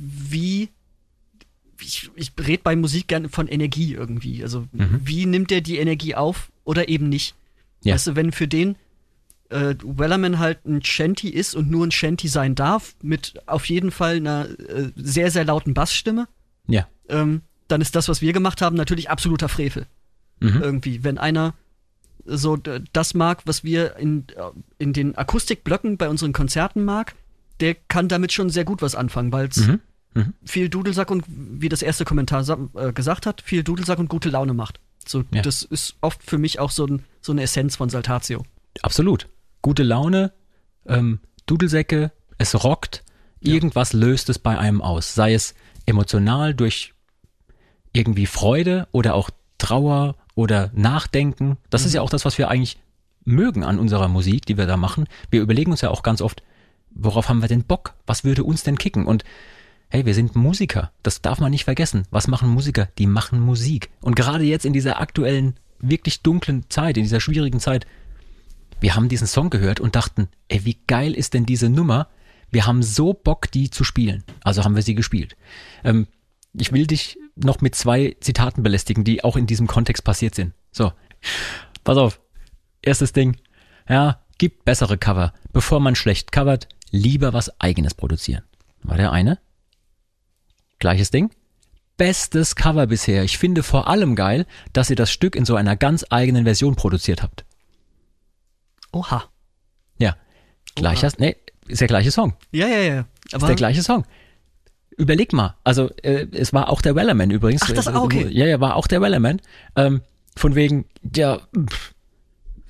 ich rede bei Musik gerne von Energie irgendwie. Also wie nimmt der die Energie auf oder eben nicht? Ja. Weißt du, wenn für den Wellerman halt ein Shanty ist und nur ein Shanty sein darf, mit auf jeden Fall einer sehr, sehr lauten Bassstimme, ja. Dann ist das, was wir gemacht haben, natürlich absoluter Frevel. Irgendwie. Wenn einer so das mag, was wir in den Akustikblöcken bei unseren Konzerten mag, der kann damit schon sehr gut was anfangen, weil es viel Dudelsack und, wie das erste Kommentar gesagt hat, viel Dudelsack und gute Laune macht. So, ja. Das ist oft für mich auch so eine Essenz von Saltatio. Absolut. Gute Laune, Dudelsäcke, es rockt, irgendwas löst es bei einem aus. Sei es emotional durch irgendwie Freude oder auch Trauer oder Nachdenken. Das ist ja auch das, was wir eigentlich mögen an unserer Musik, die wir da machen. Wir überlegen uns ja auch ganz oft, worauf haben wir denn Bock? Was würde uns denn kicken? Und hey, wir sind Musiker. Das darf man nicht vergessen. Was machen Musiker? Die machen Musik. Und gerade jetzt in dieser aktuellen, wirklich dunklen Zeit, in dieser schwierigen Zeit, wir haben diesen Song gehört und dachten, ey, wie geil ist denn diese Nummer? Wir haben so Bock, die zu spielen. Also haben wir sie gespielt. Ich will dich noch mit 2 Zitaten belästigen, die auch in diesem Kontext passiert sind. So, pass auf. Erstes Ding. Ja, gibt bessere Cover. Bevor man schlecht covert, lieber was Eigenes produzieren. War der eine? Gleiches Ding. Bestes Cover bisher. Ich finde vor allem geil, dass ihr das Stück in so einer ganz eigenen Version produziert habt. Oha. Ja. Ist der gleiche Song. Ja. Aber ist der gleiche Song. Überleg mal. Also, es war auch der Wellerman übrigens. Ach, das auch, okay. Ja, war auch der Wellerman. Von wegen, ja,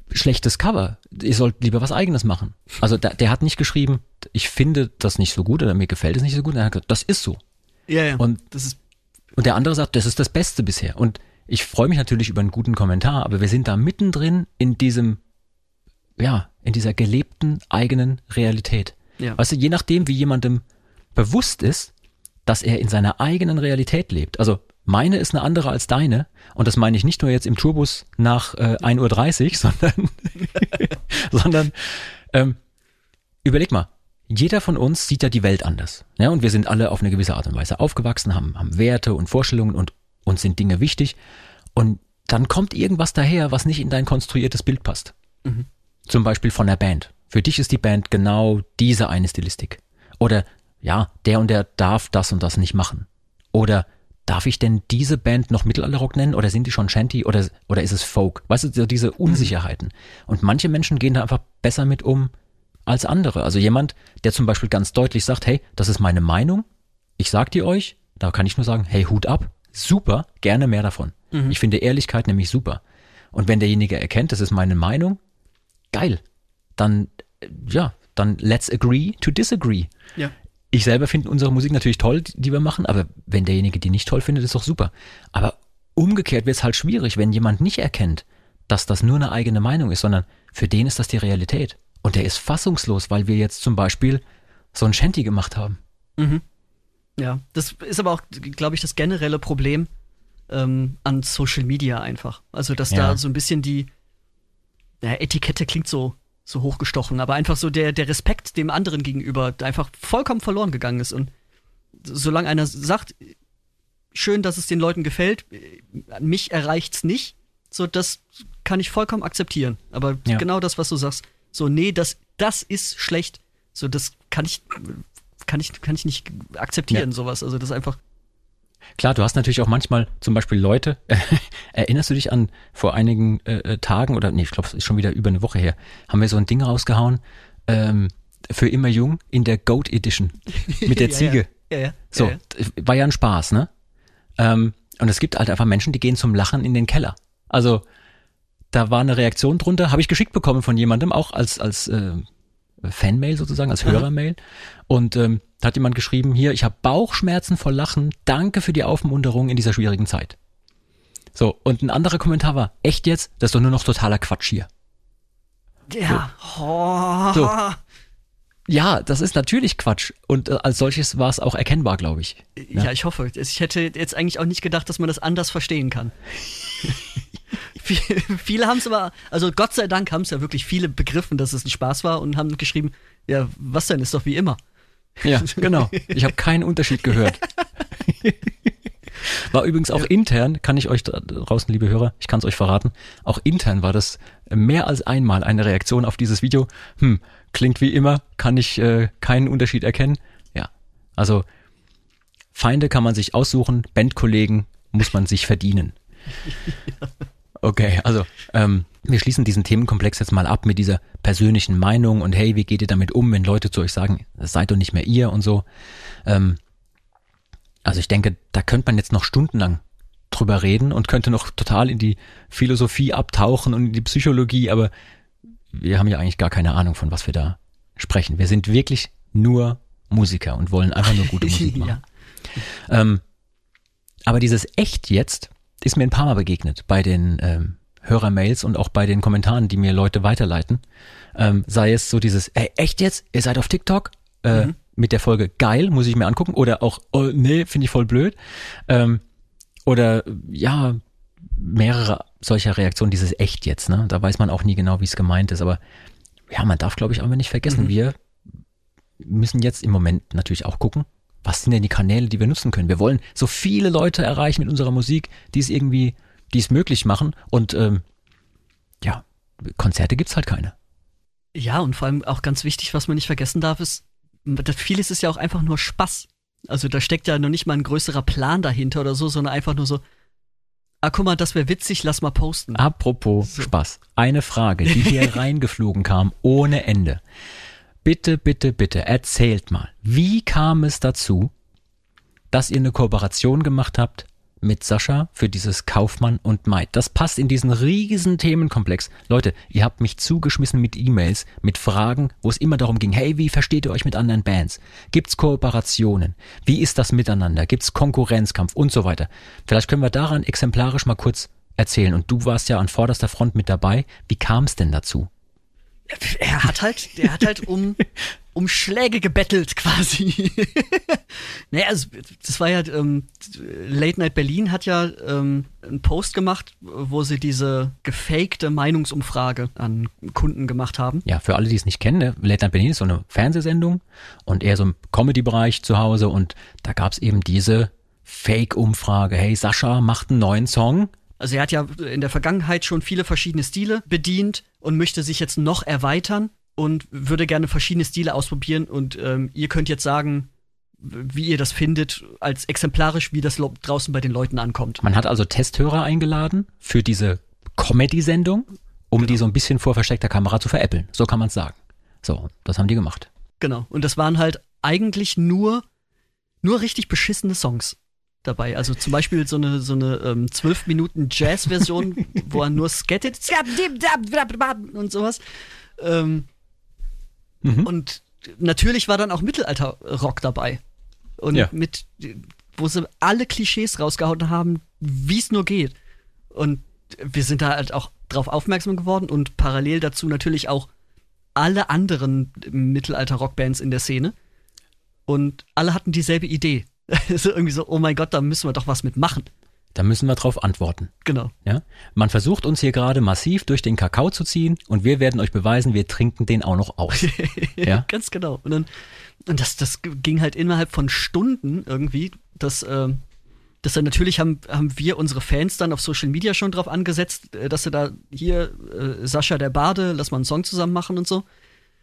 schlechtes Cover. Ihr sollt lieber was Eigenes machen. Also der hat nicht geschrieben, ich finde das nicht so gut oder mir gefällt es nicht so gut. Er hat gesagt, das ist so. Ja. Und der andere sagt, das ist das Beste bisher. Und ich freue mich natürlich über einen guten Kommentar, aber wir sind da mittendrin in diesem, in dieser gelebten eigenen Realität. Ja. Weißt du, je nachdem, wie jemandem bewusst ist, dass er in seiner eigenen Realität lebt. Also meine ist eine andere als deine. Und das meine ich nicht nur jetzt im Tourbus nach 1:30 Uhr, sondern überleg mal, jeder von uns sieht ja die Welt anders. Ja, und wir sind alle auf eine gewisse Art und Weise aufgewachsen, haben Werte und Vorstellungen und uns sind Dinge wichtig. Und dann kommt irgendwas daher, was nicht in dein konstruiertes Bild passt. Mhm. Zum Beispiel von der Band. Für dich ist die Band genau diese eine Stilistik. Oder der und der darf das und das nicht machen. Oder darf ich denn diese Band noch Mittelalterrock nennen? Oder sind die schon Shanty? Oder ist es Folk? Weißt du, so diese Unsicherheiten. Und manche Menschen gehen da einfach besser mit um als andere. Also jemand, der zum Beispiel ganz deutlich sagt, hey, das ist meine Meinung. Ich sag die euch. Da kann ich nur sagen, hey, Hut ab. Super, gerne mehr davon. Ich finde Ehrlichkeit nämlich super. Und wenn derjenige erkennt, das ist meine Meinung, geil. Dann let's agree to disagree. Ja. Ich selber finde unsere Musik natürlich toll, die wir machen, aber wenn derjenige die nicht toll findet, ist doch super. Aber umgekehrt wird es halt schwierig, wenn jemand nicht erkennt, dass das nur eine eigene Meinung ist, sondern für den ist das die Realität. Und der ist fassungslos, weil wir jetzt zum Beispiel so ein Shanty gemacht haben. Mhm. Ja, das ist aber auch, glaube ich, das generelle Problem an Social Media einfach. Also, dass da so ein bisschen die Etikette klingt so hochgestochen, aber einfach so der Respekt dem anderen gegenüber einfach vollkommen verloren gegangen ist. Und solange einer sagt, schön, dass es den Leuten gefällt, mich erreicht's nicht, so das kann ich vollkommen akzeptieren. Aber genau das, was du sagst, so nee, das ist schlecht, so das kann ich nicht akzeptieren, sowas. Also das ist einfach. Klar, du hast natürlich auch manchmal zum Beispiel Leute, erinnerst du dich an vor einigen Tagen oder ich glaube, es ist schon wieder über eine Woche her, haben wir so ein Ding rausgehauen, für immer jung in der Goat Edition mit der Ziege. Ja. So, war ja ein Spaß, ne? Und es gibt halt einfach Menschen, die gehen zum Lachen in den Keller. Also, da war eine Reaktion drunter, habe ich geschickt bekommen von jemandem, auch als Fanmail sozusagen, als Hörermail. Und da hat jemand geschrieben, hier, ich habe Bauchschmerzen vor Lachen, danke für die Aufmunterung in dieser schwierigen Zeit. So, und ein anderer Kommentar war, echt jetzt? Das ist doch nur noch totaler Quatsch hier. Ja. So. Ja, das ist natürlich Quatsch. Und als solches war es auch erkennbar, glaube ich. Ja, ich hoffe. Ich hätte jetzt eigentlich auch nicht gedacht, dass man das anders verstehen kann. Viele haben es aber, also Gott sei Dank haben es ja wirklich viele begriffen, dass es ein Spaß war und haben geschrieben, ja, was denn, ist doch wie immer. Ja, genau. Ich habe keinen Unterschied gehört. War übrigens auch intern, kann ich euch draußen, liebe Hörer, ich kann es euch verraten, auch intern war das mehr als einmal eine Reaktion auf dieses Video. Klingt wie immer, kann ich keinen Unterschied erkennen. Ja, also Feinde kann man sich aussuchen, Bandkollegen muss man sich verdienen. Okay, also wir schließen diesen Themenkomplex jetzt mal ab mit dieser persönlichen Meinung und hey, wie geht ihr damit um, wenn Leute zu euch sagen, das seid doch nicht mehr ihr und so. Also ich denke, da könnte man jetzt noch stundenlang drüber reden und könnte noch total in die Philosophie abtauchen und in die Psychologie, aber wir haben ja eigentlich gar keine Ahnung, von was wir da sprechen. Wir sind wirklich nur Musiker und wollen einfach nur gute Musik machen. Ja. Aber dieses Echt jetzt ist mir ein paar Mal begegnet bei den Hörermails und auch bei den Kommentaren, die mir Leute weiterleiten. Sei es so dieses, echt jetzt? Ihr seid auf TikTok? Mit der Folge geil, muss ich mir angucken. Oder auch, oh, nee, finde ich voll blöd. Oder ja, mehrere solcher Reaktionen, dieses Echt jetzt. Ne? Da weiß man auch nie genau, wie es gemeint ist. Aber ja, man darf, glaube ich, auch nicht vergessen, wir müssen jetzt im Moment natürlich auch gucken, was sind denn die Kanäle, die wir nutzen können. Wir wollen so viele Leute erreichen mit unserer Musik, die es möglich machen. Und Konzerte gibt's halt keine. Ja, und vor allem auch ganz wichtig, was man nicht vergessen darf, ist, vieles ist ja auch einfach nur Spaß. Also da steckt ja noch nicht mal ein größerer Plan dahinter oder so, sondern einfach nur so, guck mal, das wäre witzig, lass mal posten. Apropos Spaß. Eine Frage, die hier reingeflogen kam, ohne Ende. Bitte, bitte, bitte, erzählt mal, wie kam es dazu, dass ihr eine Kooperation gemacht habt mit Sascha für dieses Kaufmann und Maid. Das passt in diesen riesen Themenkomplex. Leute, ihr habt mich zugeschmissen mit E-Mails, mit Fragen, wo es immer darum ging, hey, wie versteht ihr euch mit anderen Bands? Gibt's Kooperationen? Wie ist das miteinander? Gibt's Konkurrenzkampf und so weiter? Vielleicht können wir daran exemplarisch mal kurz erzählen. Und du warst ja an vorderster Front mit dabei. Wie kam es denn dazu? Er hat halt um Schläge gebettelt quasi. Naja, also, das war ja, Late Night Berlin hat ja einen Post gemacht, wo sie diese gefakte Meinungsumfrage an Kunden gemacht haben. Ja, für alle, die es nicht kennen, ne? Late Night Berlin ist so eine Fernsehsendung und eher so im Comedy-Bereich zu Hause und da gab es eben diese Fake-Umfrage. Hey, Sascha macht einen neuen Song. Also er hat ja in der Vergangenheit schon viele verschiedene Stile bedient und möchte sich jetzt noch erweitern und würde gerne verschiedene Stile ausprobieren und ihr könnt jetzt sagen, wie ihr das findet, als exemplarisch, wie das draußen bei den Leuten ankommt. Man hat also Testhörer eingeladen für diese Comedy-Sendung, um die so ein bisschen vor versteckter Kamera zu veräppeln. So kann man es sagen. So, das haben die gemacht. Genau. Und das waren halt eigentlich nur richtig beschissene Songs dabei. Also zum Beispiel so eine 12 Minuten Jazz-Version, wo er nur skattet und sowas. Und natürlich war dann auch Mittelalter-Rock dabei. Und wo sie alle Klischees rausgehauen haben, wie es nur geht. Und wir sind da halt auch drauf aufmerksam geworden und parallel dazu natürlich auch alle anderen Mittelalter-Rock-Bands in der Szene. Und alle hatten dieselbe Idee. Also irgendwie so, oh mein Gott, da müssen wir doch was mitmachen. Da müssen wir drauf antworten. Genau. Ja? Man versucht uns hier gerade massiv durch den Kakao zu ziehen und wir werden euch beweisen, wir trinken den auch noch aus. Ja? Ganz genau. Und das ging halt innerhalb von Stunden irgendwie, dass dann natürlich haben wir unsere Fans dann auf Social Media schon drauf angesetzt, dass sie da hier, Sascha der Barde, lass mal einen Song zusammen machen und so.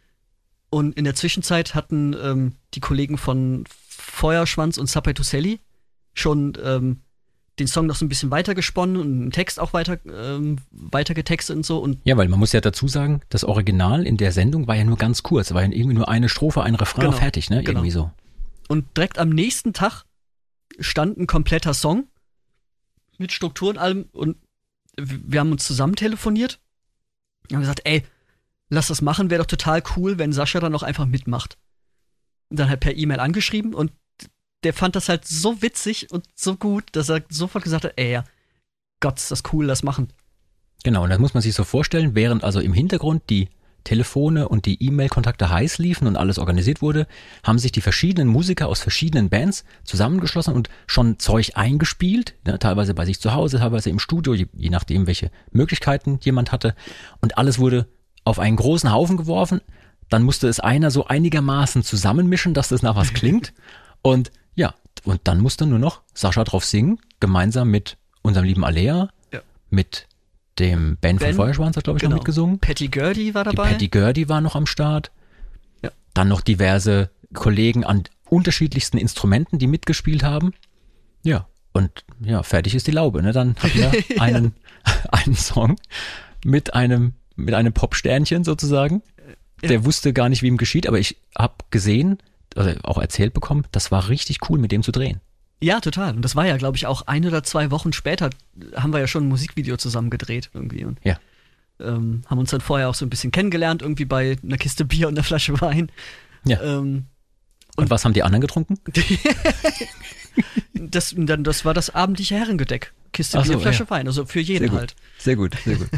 Und in der Zwischenzeit hatten die Kollegen von Feuerschwanz und Sappai Tuselli schon den Song noch so ein bisschen weiter gesponnen und einen Text auch weiter getextet und so. Und ja, weil man muss ja dazu sagen, das Original in der Sendung war ja nur ganz kurz, war ja irgendwie nur eine Strophe, ein Refrain, fertig, ne? Irgendwie so. Und direkt am nächsten Tag stand ein kompletter Song mit Struktur und allem und wir haben uns zusammen telefoniert und haben gesagt, ey, lass das machen, wäre doch total cool, wenn Sascha dann auch einfach mitmacht. Und dann halt per E-Mail angeschrieben und der fand das halt so witzig und so gut, dass er sofort gesagt hat, ey, ja, Gott, ist das cool, lass machen. Genau, und das muss man sich so vorstellen, während also im Hintergrund die Telefone und die E-Mail-Kontakte heiß liefen und alles organisiert wurde, haben sich die verschiedenen Musiker aus verschiedenen Bands zusammengeschlossen und schon Zeug eingespielt, ne, teilweise bei sich zu Hause, teilweise im Studio, je nachdem, welche Möglichkeiten jemand hatte. Und alles wurde auf einen großen Haufen geworfen. Dann musste es einer so einigermaßen zusammenmischen, dass das nach was klingt. Und ja, und dann musste nur noch Sascha drauf singen, gemeinsam mit unserem lieben Alea, mit dem Ben von Feuerschwanz hat, glaube ich, noch mitgesungen. Patty Gurdy war dabei. Patty Gurdy war noch am Start. Ja. Dann noch diverse Kollegen an unterschiedlichsten Instrumenten, die mitgespielt haben. Ja, und ja, fertig ist die Laube. Ne? Dann hatten wir einen Song mit einem Popsternchen sozusagen. Der wusste gar nicht, wie ihm geschieht, aber ich habe gesehen, also auch erzählt bekommen, das war richtig cool, mit dem zu drehen. Ja, total. Und das war ja, glaube ich, auch 1 oder 2 Wochen später haben wir ja schon ein Musikvideo zusammen gedreht irgendwie. Und, haben uns dann vorher auch so ein bisschen kennengelernt, irgendwie bei einer Kiste Bier und einer Flasche Wein. Ja. Und was haben die anderen getrunken? Das war das abendliche Herrengedeck. Kiste Bier, Flasche Wein, also für jeden halt. Sehr gut, sehr gut.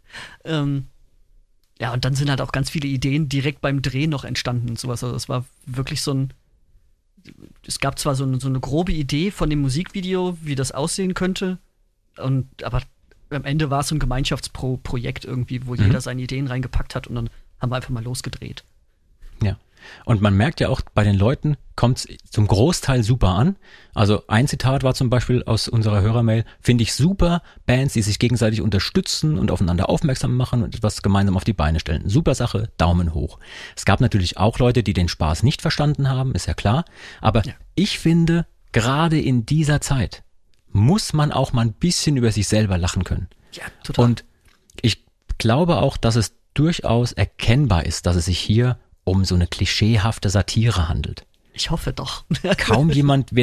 Ja, und dann sind halt auch ganz viele Ideen direkt beim Drehen noch entstanden und sowas. Also das war wirklich es gab zwar so eine grobe Idee von dem Musikvideo, wie das aussehen könnte, aber am Ende war es so ein Gemeinschaftsprojekt irgendwie, wo jeder seine Ideen reingepackt hat und dann haben wir einfach mal losgedreht. Ja. Und man merkt ja auch, bei den Leuten kommt es zum Großteil super an. Also ein Zitat war zum Beispiel aus unserer Hörermail, finde ich super, Bands, die sich gegenseitig unterstützen und aufeinander aufmerksam machen und etwas gemeinsam auf die Beine stellen. Super Sache, Daumen hoch. Es gab natürlich auch Leute, die den Spaß nicht verstanden haben, ist ja klar. Aber ich finde, gerade in dieser Zeit muss man auch mal ein bisschen über sich selber lachen können. Ja, total. Und ich glaube auch, dass es durchaus erkennbar ist, dass es sich hier um so eine klischeehafte Satire handelt. Ich hoffe doch. Kaum jemand wird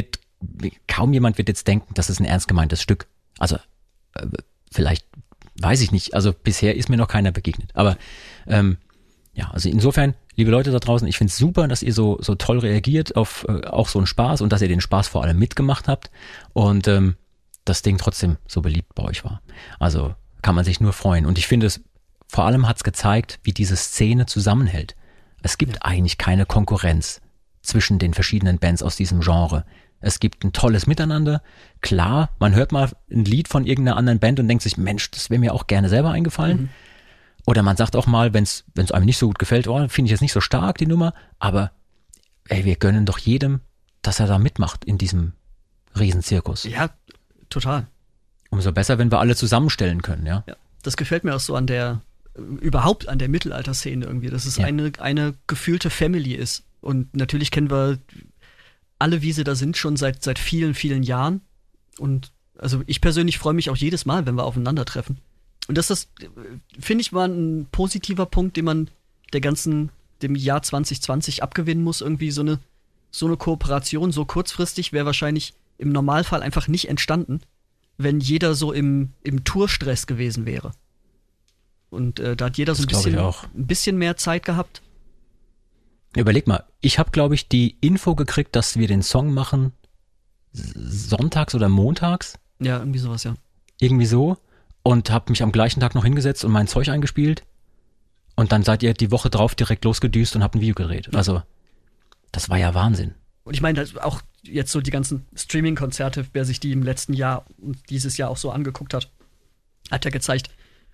kaum jemand wird jetzt denken, das ist ein ernst gemeintes Stück. Also vielleicht, weiß ich nicht, also bisher ist mir noch keiner begegnet. Aber ja, also insofern, liebe Leute da draußen, ich finde es super, dass ihr so toll reagiert auf auch so einen Spaß und dass ihr den Spaß vor allem mitgemacht habt und das Ding trotzdem so beliebt bei euch war. Also kann man sich nur freuen. Und ich finde es, vor allem hat es gezeigt, wie diese Szene zusammenhält. Es gibt eigentlich keine Konkurrenz zwischen den verschiedenen Bands aus diesem Genre. Es gibt ein tolles Miteinander. Klar, man hört mal ein Lied von irgendeiner anderen Band und denkt sich, Mensch, das wäre mir auch gerne selber eingefallen. Oder man sagt auch mal, wenn es einem nicht so gut gefällt, oh, finde ich jetzt nicht so stark, die Nummer. Aber ey, wir gönnen doch jedem, dass er da mitmacht in diesem Riesenzirkus. Ja, total. Umso besser, wenn wir alle zusammenstellen können, ja. Ja, das gefällt mir auch so überhaupt an der Mittelalterszene irgendwie, dass es eine gefühlte Family ist. Und natürlich kennen wir alle, wie sie da sind, schon seit vielen, vielen Jahren. Und also ich persönlich freue mich auch jedes Mal, wenn wir aufeinandertreffen. Und das finde ich, war ein positiver Punkt, den man dem Jahr 2020 abgewinnen muss. Irgendwie so eine Kooperation so kurzfristig wäre wahrscheinlich im Normalfall einfach nicht entstanden, wenn jeder so im Tourstress gewesen wäre. Und da hat jeder so ein bisschen mehr Zeit gehabt. Überleg mal, ich habe, glaube ich, die Info gekriegt, dass wir den Song machen sonntags oder montags. Ja, irgendwie sowas, ja. Irgendwie so. Und habe mich am gleichen Tag noch hingesetzt und mein Zeug eingespielt. Und dann seid ihr die Woche drauf direkt losgedüst und habt ein Video gedreht. Ja. Also, das war ja Wahnsinn. Und ich meine, auch jetzt so die ganzen Streaming-Konzerte, wer sich die im letzten Jahr und dieses Jahr auch so angeguckt hat, hat ja gezeigt,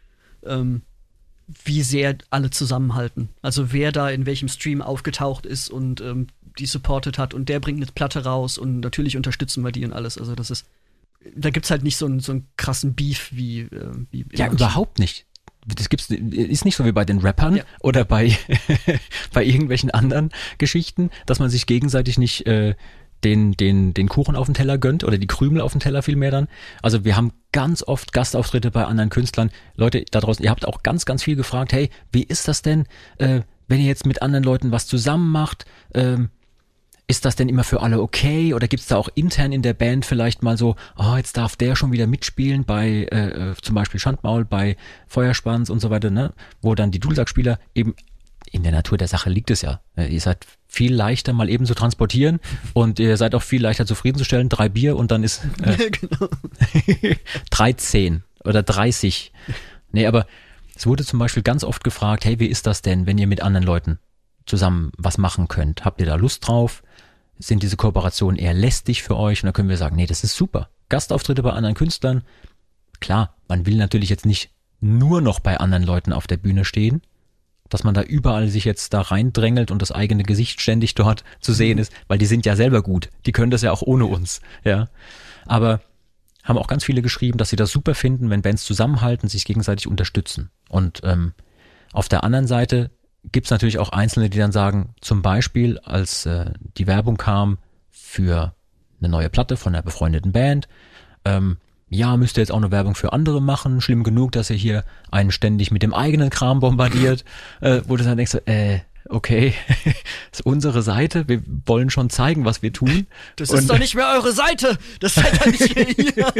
wie sehr alle zusammenhalten. Also wer da in welchem Stream aufgetaucht ist und die supportet hat und der bringt eine Platte raus und natürlich unterstützen wir die und alles. Also das ist, da gibt's halt nicht so einen krassen Beef wie ja, überhaupt nicht. Das ist nicht so wie bei den Rappern oder bei irgendwelchen anderen Geschichten, dass man sich gegenseitig nicht den Kuchen auf den Teller gönnt oder die Krümel auf den Teller vielmehr dann. Also wir haben ganz oft Gastauftritte bei anderen Künstlern. Leute da draußen, ihr habt auch ganz, ganz viel gefragt, hey, wie ist das denn, wenn ihr jetzt mit anderen Leuten was zusammen macht? Ist das denn immer für alle okay? Oder gibt's da auch intern in der Band vielleicht mal so, jetzt darf der schon wieder mitspielen bei zum Beispiel Schandmaul, bei Feuerspanns und so weiter, ne? Wo dann die Dudelsackspieler eben, in der Natur der Sache liegt es ja. Ihr seid viel leichter mal eben zu transportieren und ihr seid auch viel leichter zufriedenzustellen. 3 Bier und dann ist genau. 13 oder 30. Nee, aber es wurde zum Beispiel ganz oft gefragt, hey, wie ist das denn, wenn ihr mit anderen Leuten zusammen was machen könnt? Habt ihr da Lust drauf? Sind diese Kooperationen eher lästig für euch? Und dann können wir sagen, nee, das ist super. Gastauftritte bei anderen Künstlern. Klar, man will natürlich jetzt nicht nur noch bei anderen Leuten auf der Bühne stehen, dass man da überall sich jetzt da reindrängelt und das eigene Gesicht ständig dort zu sehen ist, weil die sind ja selber gut. Die können das ja auch ohne uns, ja. Aber haben auch ganz viele geschrieben, dass sie das super finden, wenn Bands zusammenhalten, sich gegenseitig unterstützen. Und auf der anderen Seite gibt's natürlich auch Einzelne, die dann sagen, zum Beispiel, als die Werbung kam für eine neue Platte von einer befreundeten Band, ja, müsst ihr jetzt auch eine Werbung für andere machen, schlimm genug, dass ihr hier einen ständig mit dem eigenen Kram bombardiert, wo du dann denkst, okay, das ist unsere Seite, wir wollen schon zeigen, was wir tun. Das ist doch nicht mehr eure Seite, das seid doch nicht ihr.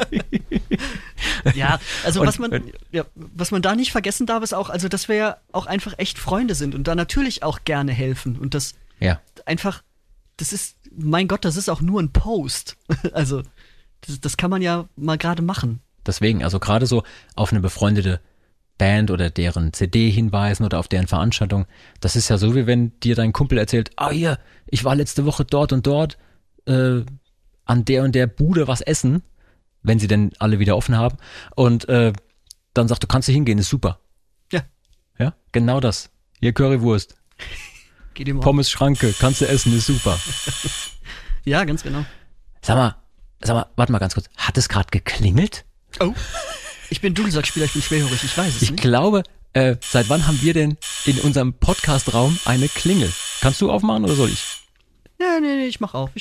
Ja, also was man da nicht vergessen darf, ist auch, also dass wir ja auch einfach echt Freunde sind und da natürlich auch gerne helfen und das einfach, das ist, mein Gott, das ist auch nur ein Post, also das kann man ja mal gerade machen. Deswegen, also gerade so auf eine befreundete Band oder deren CD hinweisen oder auf deren Veranstaltung, das ist ja so, wie wenn dir dein Kumpel erzählt, hier, ich war letzte Woche dort und dort an der und der Bude was essen, wenn sie denn alle wieder offen haben und dann sagt, du kannst hier hingehen, ist super. Ja. Ja, genau das. Hier Currywurst. Geht ihm Pommes Schranke, kannst du essen, ist super. Ja, ganz genau. Sag mal, warte mal ganz kurz. Hat es gerade geklingelt? Oh. Ich bin Dudelsackspieler, ich bin schwerhörig, ich weiß es nicht. Ich glaube, seit wann haben wir denn in unserem Podcast-Raum eine Klingel? Kannst du aufmachen oder soll ich? Nee, ich mach auf.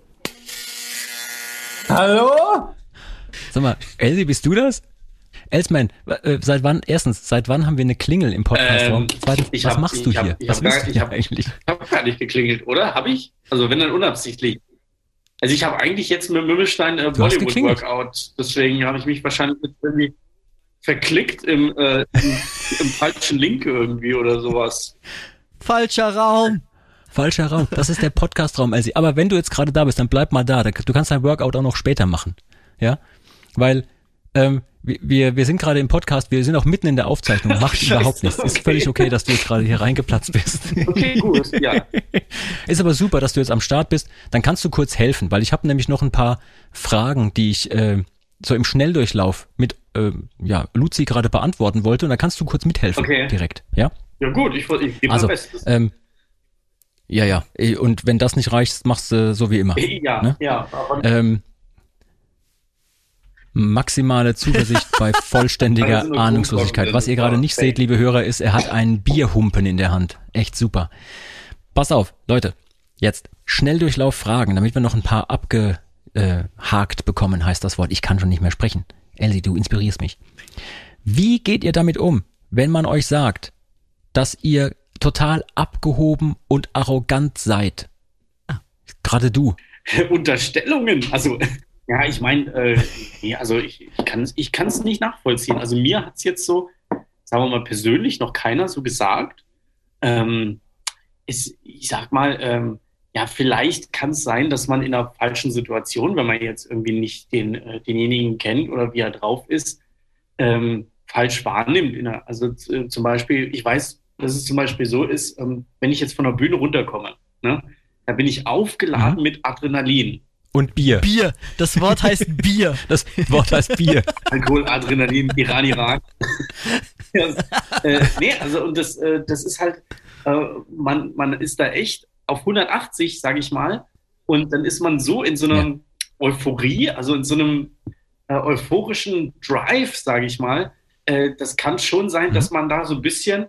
Hallo? Sag mal, Elsie, bist du das? Elsman, seit wann haben wir eine Klingel im Podcast-Raum? Zweitens, was machst du hier? Was bist du hier eigentlich? Ich habe gar nicht geklingelt, oder? Habe ich? Also wenn dann unabsichtlich. Also ich habe eigentlich jetzt mit Mümmelstein Bollywood-Workout, deswegen habe ich mich wahrscheinlich jetzt irgendwie verklickt im falschen Link irgendwie oder sowas. Falscher Raum. Falscher Raum. Das ist der Podcast-Raum, Elsie. Aber wenn du jetzt gerade da bist, dann bleib mal da. Du kannst dein Workout auch noch später machen. Ja? Weil wir sind gerade im Podcast, wir sind auch mitten in der Aufzeichnung. Macht überhaupt nichts. Ist völlig okay, dass du jetzt gerade hier reingeplatzt bist. Okay, gut, ja. Ist aber super, dass du jetzt am Start bist. Dann kannst du kurz helfen, weil ich habe nämlich noch ein paar Fragen, die ich so im Schnelldurchlauf mit Luzi gerade beantworten wollte. Und dann kannst du kurz mithelfen direkt. Ja? Ja gut, ich gebe mein Bestes. Ja. Und wenn das nicht reicht, machst du so wie immer. Ja, ne? Ja. Maximale Zuversicht bei vollständiger Ahnungslosigkeit. Was ihr gerade nicht seht, liebe Hörer, ist, er hat einen Bierhumpen in der Hand. Echt super. Pass auf, Leute. Jetzt Schnelldurchlauf Fragen, damit wir noch ein paar abgehakt bekommen, heißt das Wort. Ich kann schon nicht mehr sprechen. Elsie, du inspirierst mich. Wie geht ihr damit um, wenn man euch sagt, dass ihr total abgehoben und arrogant seid? Gerade du. Unterstellungen, also ja, ich meine, ich kann es nicht nachvollziehen. Also mir hat es jetzt so, sagen wir mal persönlich, noch keiner so gesagt. Ich sag mal, vielleicht kann es sein, dass man in einer falschen Situation, wenn man jetzt irgendwie nicht denjenigen kennt oder wie er drauf ist, falsch wahrnimmt. Zum Beispiel, ich weiß, dass es zum Beispiel so ist, wenn ich jetzt von der Bühne runterkomme, ne, da bin ich aufgeladen mit Adrenalin. Und Bier. Bier. Das Wort heißt Bier. Das Wort heißt Bier. Alkohol, Adrenalin, Iran. Und das ist halt, man ist da echt auf 180, sage ich mal, und dann ist man so in so einer Euphorie, also in so einem euphorischen Drive, sage ich mal. Das kann schon sein, dass man da so ein bisschen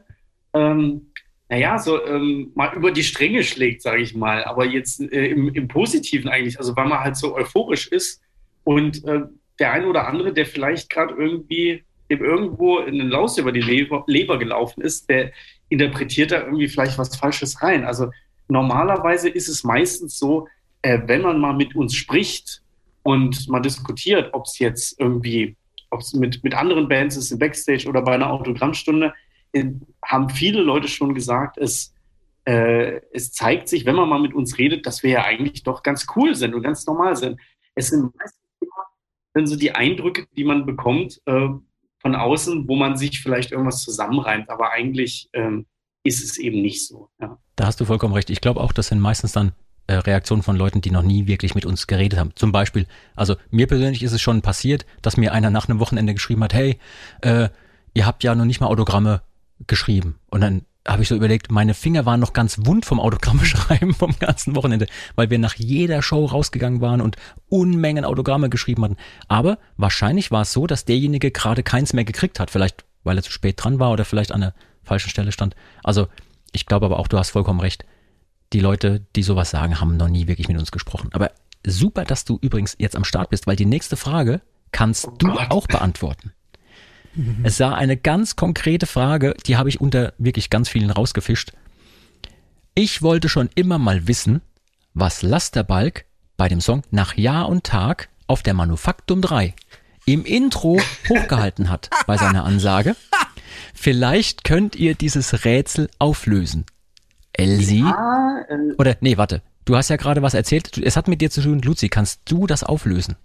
mal über die Stränge schlägt, sage ich mal, aber jetzt im Positiven eigentlich, also weil man halt so euphorisch ist und der ein oder andere, der vielleicht gerade irgendwie dem irgendwo in den Laus über die Leber gelaufen ist, der interpretiert da irgendwie vielleicht was Falsches rein. Also normalerweise ist es meistens so, wenn man mal mit uns spricht und mal diskutiert, ob es mit anderen Bands ist, im Backstage oder bei einer Autogrammstunde, haben viele Leute schon gesagt, es zeigt sich, wenn man mal mit uns redet, dass wir ja eigentlich doch ganz cool sind und ganz normal sind. Es sind meistens immer so die Eindrücke, die man bekommt von außen, wo man sich vielleicht irgendwas zusammenreimt, aber eigentlich ist es eben nicht so. Ja. Da hast du vollkommen recht. Ich glaube auch, das sind meistens dann Reaktionen von Leuten, die noch nie wirklich mit uns geredet haben. Zum Beispiel, also mir persönlich ist es schon passiert, dass mir einer nach einem Wochenende geschrieben hat, hey, ihr habt ja noch nicht mal Autogramme geschrieben. Und dann habe ich so überlegt, meine Finger waren noch ganz wund vom Autogramme schreiben vom ganzen Wochenende, weil wir nach jeder Show rausgegangen waren und Unmengen Autogramme geschrieben hatten. Aber wahrscheinlich war es so, dass derjenige gerade keins mehr gekriegt hat. Vielleicht, weil er zu spät dran war oder vielleicht an der falschen Stelle stand. Also ich glaube aber auch, du hast vollkommen recht. Die Leute, die sowas sagen, haben noch nie wirklich mit uns gesprochen. Aber super, dass du übrigens jetzt am Start bist, weil die nächste Frage kannst du auch beantworten. Es war eine ganz konkrete Frage, die habe ich unter wirklich ganz vielen rausgefischt. Ich wollte schon immer mal wissen, was Lasterbalk bei dem Song Nach Jahr und Tag auf der Manufaktum 3 im Intro hochgehalten hat bei seiner Ansage. Vielleicht könnt ihr dieses Rätsel auflösen. Elsie? Ja, oder, nee, warte. Du hast ja gerade was erzählt. Es hat mit dir zu tun. Luzi, kannst du das auflösen?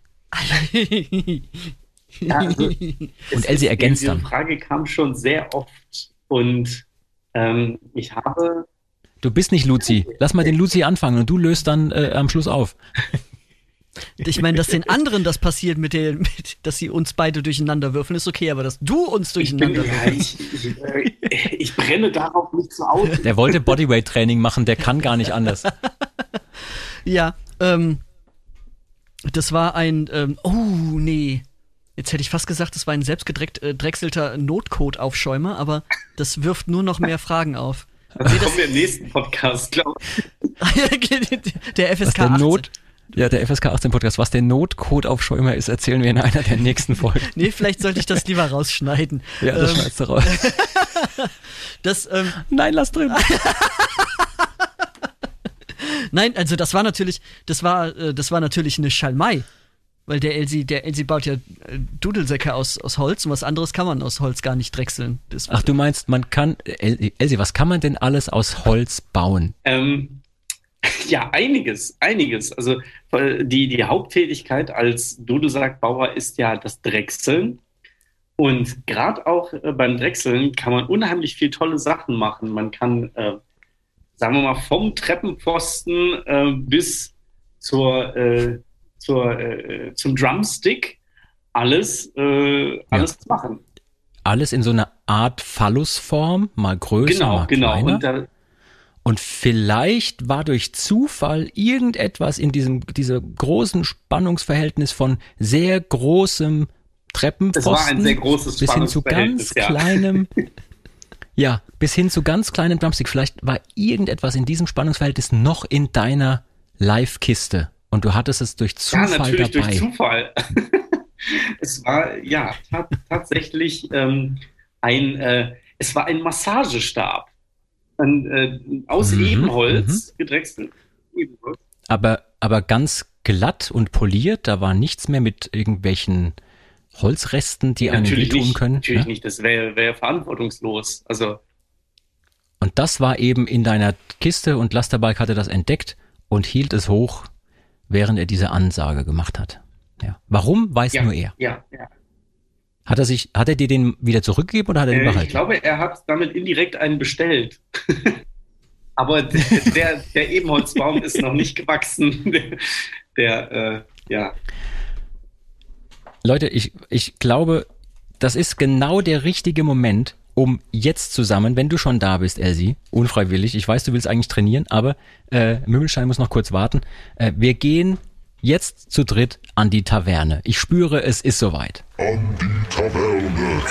Ja, also, und Elsie ergänzt dann. Die Frage kam schon sehr oft und ich habe... Du bist nicht Luzi. Lass mal den Luzi anfangen und du löst dann am Schluss auf. Ich meine, dass den anderen das passiert, dass sie uns beide durcheinander würfeln, ist okay, aber dass du uns durcheinander würfelst. Ich brenne darauf nicht zu aus. Der wollte Bodyweight-Training machen, der kann gar nicht anders. Ja, das war ein, nee. Jetzt hätte ich fast gesagt, das war ein selbstgedrechselter Notcode-Aufschäumer, aber das wirft nur noch mehr Fragen auf. Das kommen wir im nächsten Podcast, glaube ich. Der FSK 18. Der FSK 18 Podcast. Was der Notcode-Aufschäumer ist, erzählen wir in einer der nächsten Folgen. Nee, vielleicht sollte ich das lieber rausschneiden. Ja, das schneidest du raus. Das, Nein, lass drin. Nein, also das war natürlich eine Schalmei. Weil der Elsie baut ja Dudelsäcke aus Holz und was anderes kann man aus Holz gar nicht drechseln. Ach, du meinst, man kann, Elsie, was kann man denn alles aus Holz bauen? Ja, einiges. Also die Haupttätigkeit als Dudelsackbauer ist ja das Drechseln. Und gerade auch beim Drechseln kann man unheimlich viel tolle Sachen machen. Man kann, sagen wir mal, vom Treppenpfosten bis zum Drumstick alles machen. Alles in so einer Art Phallusform, mal größer, mal kleiner. Und vielleicht war durch Zufall irgendetwas in diesem großen Spannungsverhältnis von sehr großem Treppenpfosten. Das war ein sehr großes Spannungsverhältnis, bis hin zu ganz kleinem, bis hin zu ganz kleinem Drumstick. Vielleicht war irgendetwas in diesem Spannungsverhältnis noch in deiner Live-Kiste und du hattest es durch Zufall dabei. Ja, natürlich durch Zufall. Es war tatsächlich es war ein Massagestab. Aus Ebenholz gedrechselt. Aber ganz glatt und poliert, da war nichts mehr mit irgendwelchen Holzresten, die einem wehtun können. Natürlich nicht, das wäre verantwortungslos. Also. Und das war eben in deiner Kiste und Lasterbike hatte das entdeckt und hielt es hoch, während er diese Ansage gemacht hat. Ja. Warum, weiß nur er. Ja. Hat er dir den wieder zurückgegeben oder hat er den behalten? Ich glaube, er hat damit indirekt einen bestellt. Aber der Ebenholzbaum ist noch nicht gewachsen. Leute, ich glaube, das ist genau der richtige Moment, um jetzt zusammen, wenn du schon da bist, Elsie, unfreiwillig, ich weiß, du willst eigentlich trainieren, aber Mümmelstein muss noch kurz warten. Wir gehen jetzt zu dritt an die Taverne. Ich spüre, es ist soweit. An die Taverne.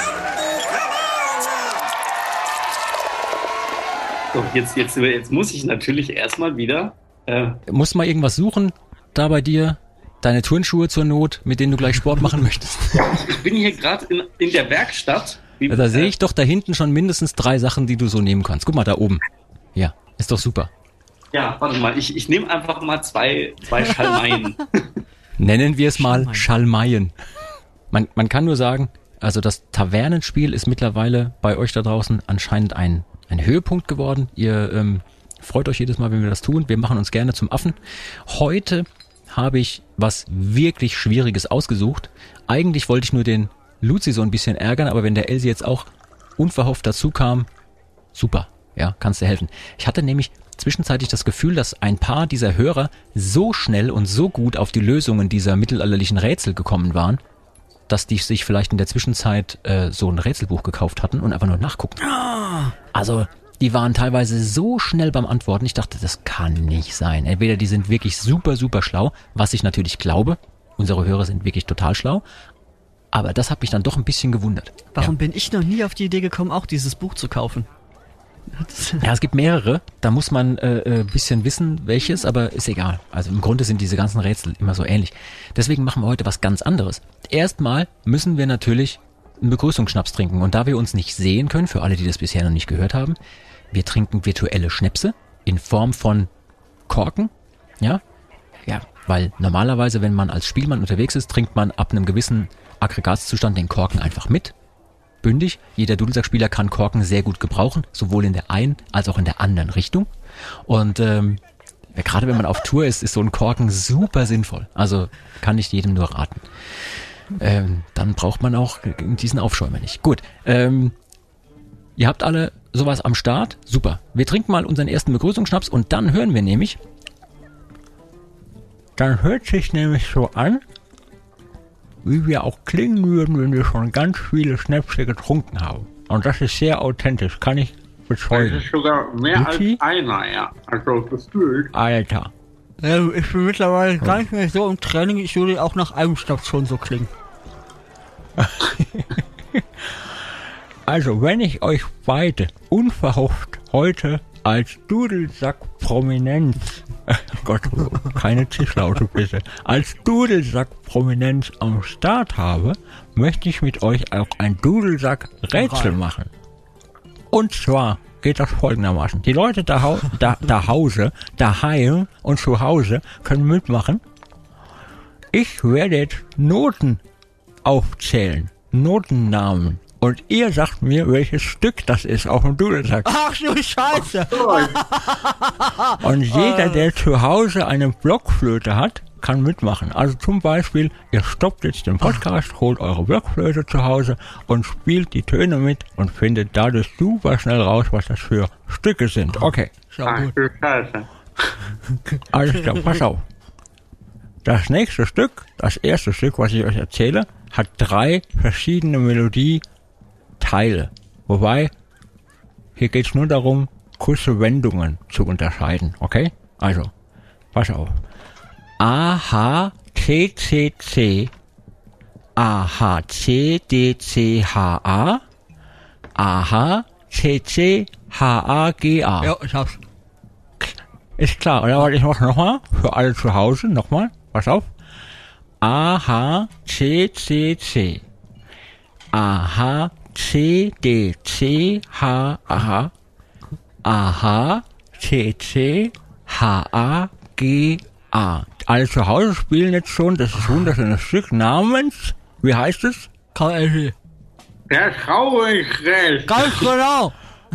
So, jetzt muss ich natürlich erstmal wieder. Musst mal irgendwas suchen, da bei dir. Deine Turnschuhe zur Not, mit denen du gleich Sport machen möchtest. Ich bin hier gerade in der Werkstatt. Da sehe ich doch da hinten schon mindestens 3 Sachen, die du so nehmen kannst. Guck mal, da oben. Ja, ist doch super. Ja, warte mal, ich nehme einfach mal zwei Schalmeien. Nennen wir es mal Schalmeien. Man kann nur sagen, also das Tavernenspiel ist mittlerweile bei euch da draußen anscheinend ein Höhepunkt geworden. Ihr freut euch jedes Mal, wenn wir das tun. Wir machen uns gerne zum Affen. Heute habe ich was wirklich Schwieriges ausgesucht. Eigentlich wollte ich nur den Luzi so ein bisschen ärgern, aber wenn der Elsie jetzt auch unverhofft dazu kam, super, ja, kannst du helfen. Ich hatte nämlich zwischenzeitlich das Gefühl, dass ein paar dieser Hörer so schnell und so gut auf die Lösungen dieser mittelalterlichen Rätsel gekommen waren, dass die sich vielleicht in der Zwischenzeit so ein Rätselbuch gekauft hatten und einfach nur nachgucken. Also die waren teilweise so schnell beim Antworten, ich dachte, das kann nicht sein. Entweder die sind wirklich super, super schlau, was ich natürlich glaube. Unsere Hörer sind wirklich total schlau. Aber das hat mich dann doch ein bisschen gewundert. Warum bin ich noch nie auf die Idee gekommen, auch dieses Buch zu kaufen? Ja, es gibt mehrere. Da muss man ein bisschen wissen, welches, aber ist egal. Also im Grunde sind diese ganzen Rätsel immer so ähnlich. Deswegen machen wir heute was ganz anderes. Erstmal müssen wir natürlich einen Begrüßungsschnaps trinken. Und da wir uns nicht sehen können, für alle, die das bisher noch nicht gehört haben, wir trinken virtuelle Schnäpse in Form von Korken. Ja, weil normalerweise, wenn man als Spielmann unterwegs ist, trinkt man ab einem gewissen Aggregatzustand den Korken einfach mit. Bündig. Jeder Dudelsackspieler kann Korken sehr gut gebrauchen, sowohl in der einen als auch in der anderen Richtung. Und gerade wenn man auf Tour ist so ein Korken super sinnvoll. Also kann ich jedem nur raten. Dann braucht man auch diesen Aufschäumer nicht. Gut, ihr habt alle sowas am Start. Super. Wir trinken mal unseren ersten Begrüßungsschnaps und dann hören wir nämlich. Dann hört sich nämlich so an, wie wir auch klingen würden, wenn wir schon ganz viele Schnäpse getrunken haben. Und das ist sehr authentisch, kann ich bezeugen. Das ist sogar mehr Luzi? als einer, ja. Also gefühlt. Alter. Ja, ich bin mittlerweile gar nicht mehr so im Training, ich würde auch nach einem Schnaps schon so klingen. Also, wenn ich euch beide unverhofft heute als Dudelsack-Prominenz, Gott, keine Zischlaute bitte, als Dudelsack-Prominenz am Start habe, möchte ich mit euch auch ein Dudelsack-Rätsel machen. Und zwar geht das folgendermaßen. Die Leute daheim und zu Hause können mitmachen. Ich werde jetzt Noten aufzählen, Notennamen. Und ihr sagt mir, welches Stück das ist auf dem Dudelsack. Ach du Scheiße! Und jeder, der zu Hause eine Blockflöte hat, kann mitmachen. Also zum Beispiel, ihr stoppt jetzt den Podcast, holt eure Blockflöte zu Hause und spielt die Töne mit und findet dadurch super schnell raus, was das für Stücke sind. Okay. Ach du Scheiße. Alles klar, pass auf. Das nächste Stück, das erste Stück, was ich euch erzähle, hat 3 verschiedene Melodieteile. Wobei, hier geht's nur darum, kurze Wendungen zu unterscheiden. Okay? Also, pass auf. A, H, C, C, C, A, H, C, D, C, H, A, A, H, C, C, H, A, G, A. Ja, ich hab's. Ist klar, oder? Warte, ich mach's nochmal. Für alle zu Hause, nochmal. Pass auf. A, H, C, C, C. A, H, C, D, C, H, A. A, H, C, C, H, A, G, A. Alle zu Hause spielen jetzt schon das ist wunderschönes Stück namens, wie heißt es? KLG. Der Trauergräß. Ganz genau.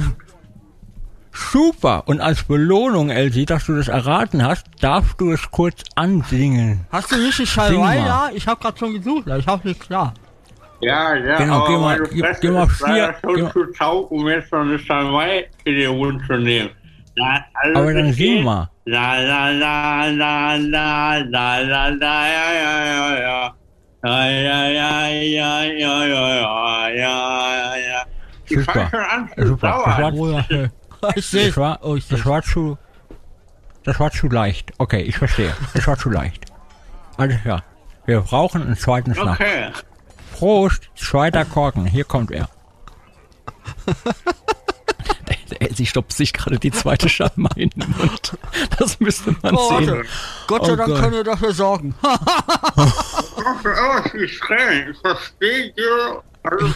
Super! Und als Belohnung, Elsie, dass du das erraten hast, darfst du es kurz ansingen. Hast du nicht die Sing Schalwei mal. da? Ich hab grad schon gesucht, ich hab's nicht klar. Ja, Genau, aber geh mal- meine geh- Fresse geh mal ist leider vier- schon zu taub, um jetzt noch eine Schalwei in den Mund zu nehmen. Ja, also Aber dann das sing geht. mal. La la la la la la la la ja ja ja ja. Ja ja ja ja ja ja ja ja. Ich Super. fang schon an zu Super. dauern. Oh ja, ich seh's. Das war, Oh, ich das seh's. war zu leicht. Okay, ich verstehe. Das war zu leicht. Alles klar. Wir brauchen einen zweiten Schnaps. Okay. Prost, zweiter Korken. Hier kommt er. Sie stoppt sich gerade die zweite Schalme in den Mund. Das müsste man Oh, sehen. warte. Gott sei Oh Dank Gott. können wir dafür sorgen. Oh, wie streng. Ich verstehe dir. Also,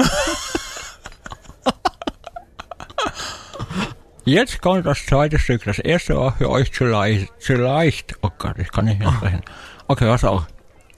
Jetzt kommt das zweite Stück. Das erste war für euch zu leicht. Oh Gott, ich kann nicht mehr sprechen. Okay, pass auf.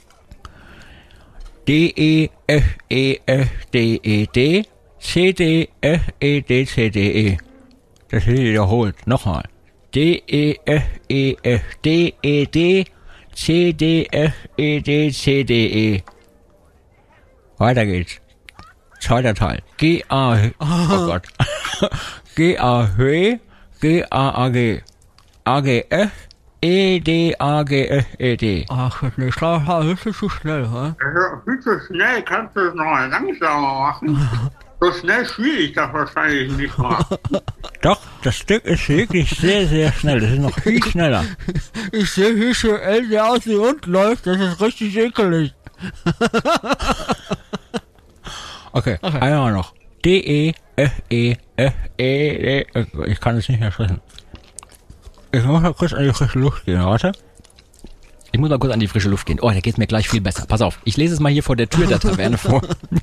D, E, F, E, F, D, E, D, C, D, F, E, D, C, D, E. Das wird wiederholt. Nochmal. D, E, F, E, F, D, E, D, C, D, F, E, D, C, D, E. Weiter geht's. Zweiter Teil. G, A, oh Gott. G, A, H, G, A, A, G. A, G, F, E, D, A, G, F, E, D. Ach, nee, ich glaube, das ist zu schnell, hä? Also, bitte schnell, kannst du es noch mal langsamer machen? So schnell spiele ich das wahrscheinlich nicht mal. Doch, das Stück ist wirklich sehr, sehr schnell. Das ist noch viel schneller. Ich sehe, wie schön Else aus wie und läuft, das ist richtig ekelig. Okay, einmal noch. D, E, F, E, F, E, D. Ich kann es nicht mehr sprechen. Ich muss mal kurz an die frische Luft gehen, warte. Ich muss mal kurz an die frische Luft gehen. Oh, da geht's mir gleich viel besser. Pass auf, ich lese es mal hier vor der Tür der Taverne vor.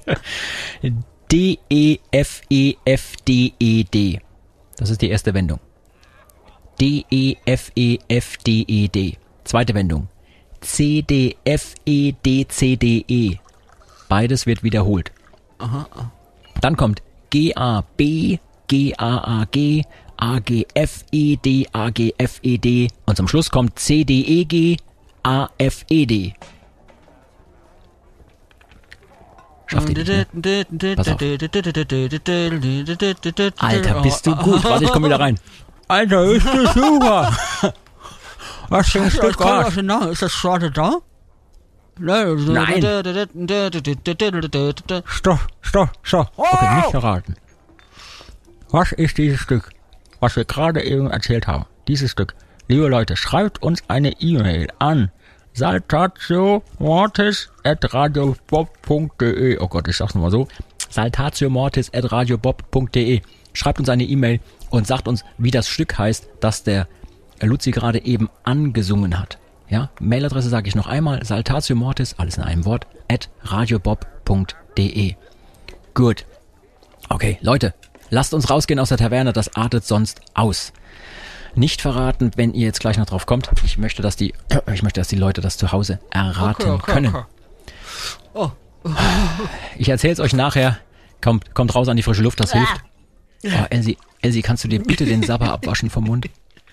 D, E, F, E, F, D, E, D. Das ist die erste Wendung. D, E, F, E, F, D, E, D. Zweite Wendung. C, D, F, E, D, C, D, E. Beides wird wiederholt. Dann kommt G, A, B, G, A, A, G, A, G, F, E, D, A, G, F, E, D. Und zum Schluss kommt C, D, E, G, A, F, E, D. Schafft ihr nicht, ne? Pass auf. Alter, bist du gut. Warte, ich komm wieder rein. Alter, bist du super. Was für ein Stück war's? Ist das Schwarze da? Nein. Stopp. Okay, nicht verraten. Was ist dieses Stück, was wir gerade eben erzählt haben? Dieses Stück. Liebe Leute, schreibt uns eine E-Mail an saltatiomortis@radiobob.de. Oh Gott, ich sag's nochmal so. saltatiomortis@radiobob.de. Schreibt uns eine E-Mail und sagt uns, wie das Stück heißt, das der Luzi gerade eben angesungen hat. Ja, Mailadresse sage ich noch einmal, saltatiomortis, alles in einem Wort, @radiobob.de. Gut. Okay, Leute, Lasst uns rausgehen aus der Taverne, das artet sonst aus. Nicht verraten, wenn ihr jetzt gleich noch drauf kommt. Ich möchte, dass die Leute das zu Hause erraten können. Oh. Ich erzähl's euch nachher. Kommt raus an die frische Luft, das hilft. Oh, Elsie, kannst du dir bitte den Sabber abwaschen vom Mund?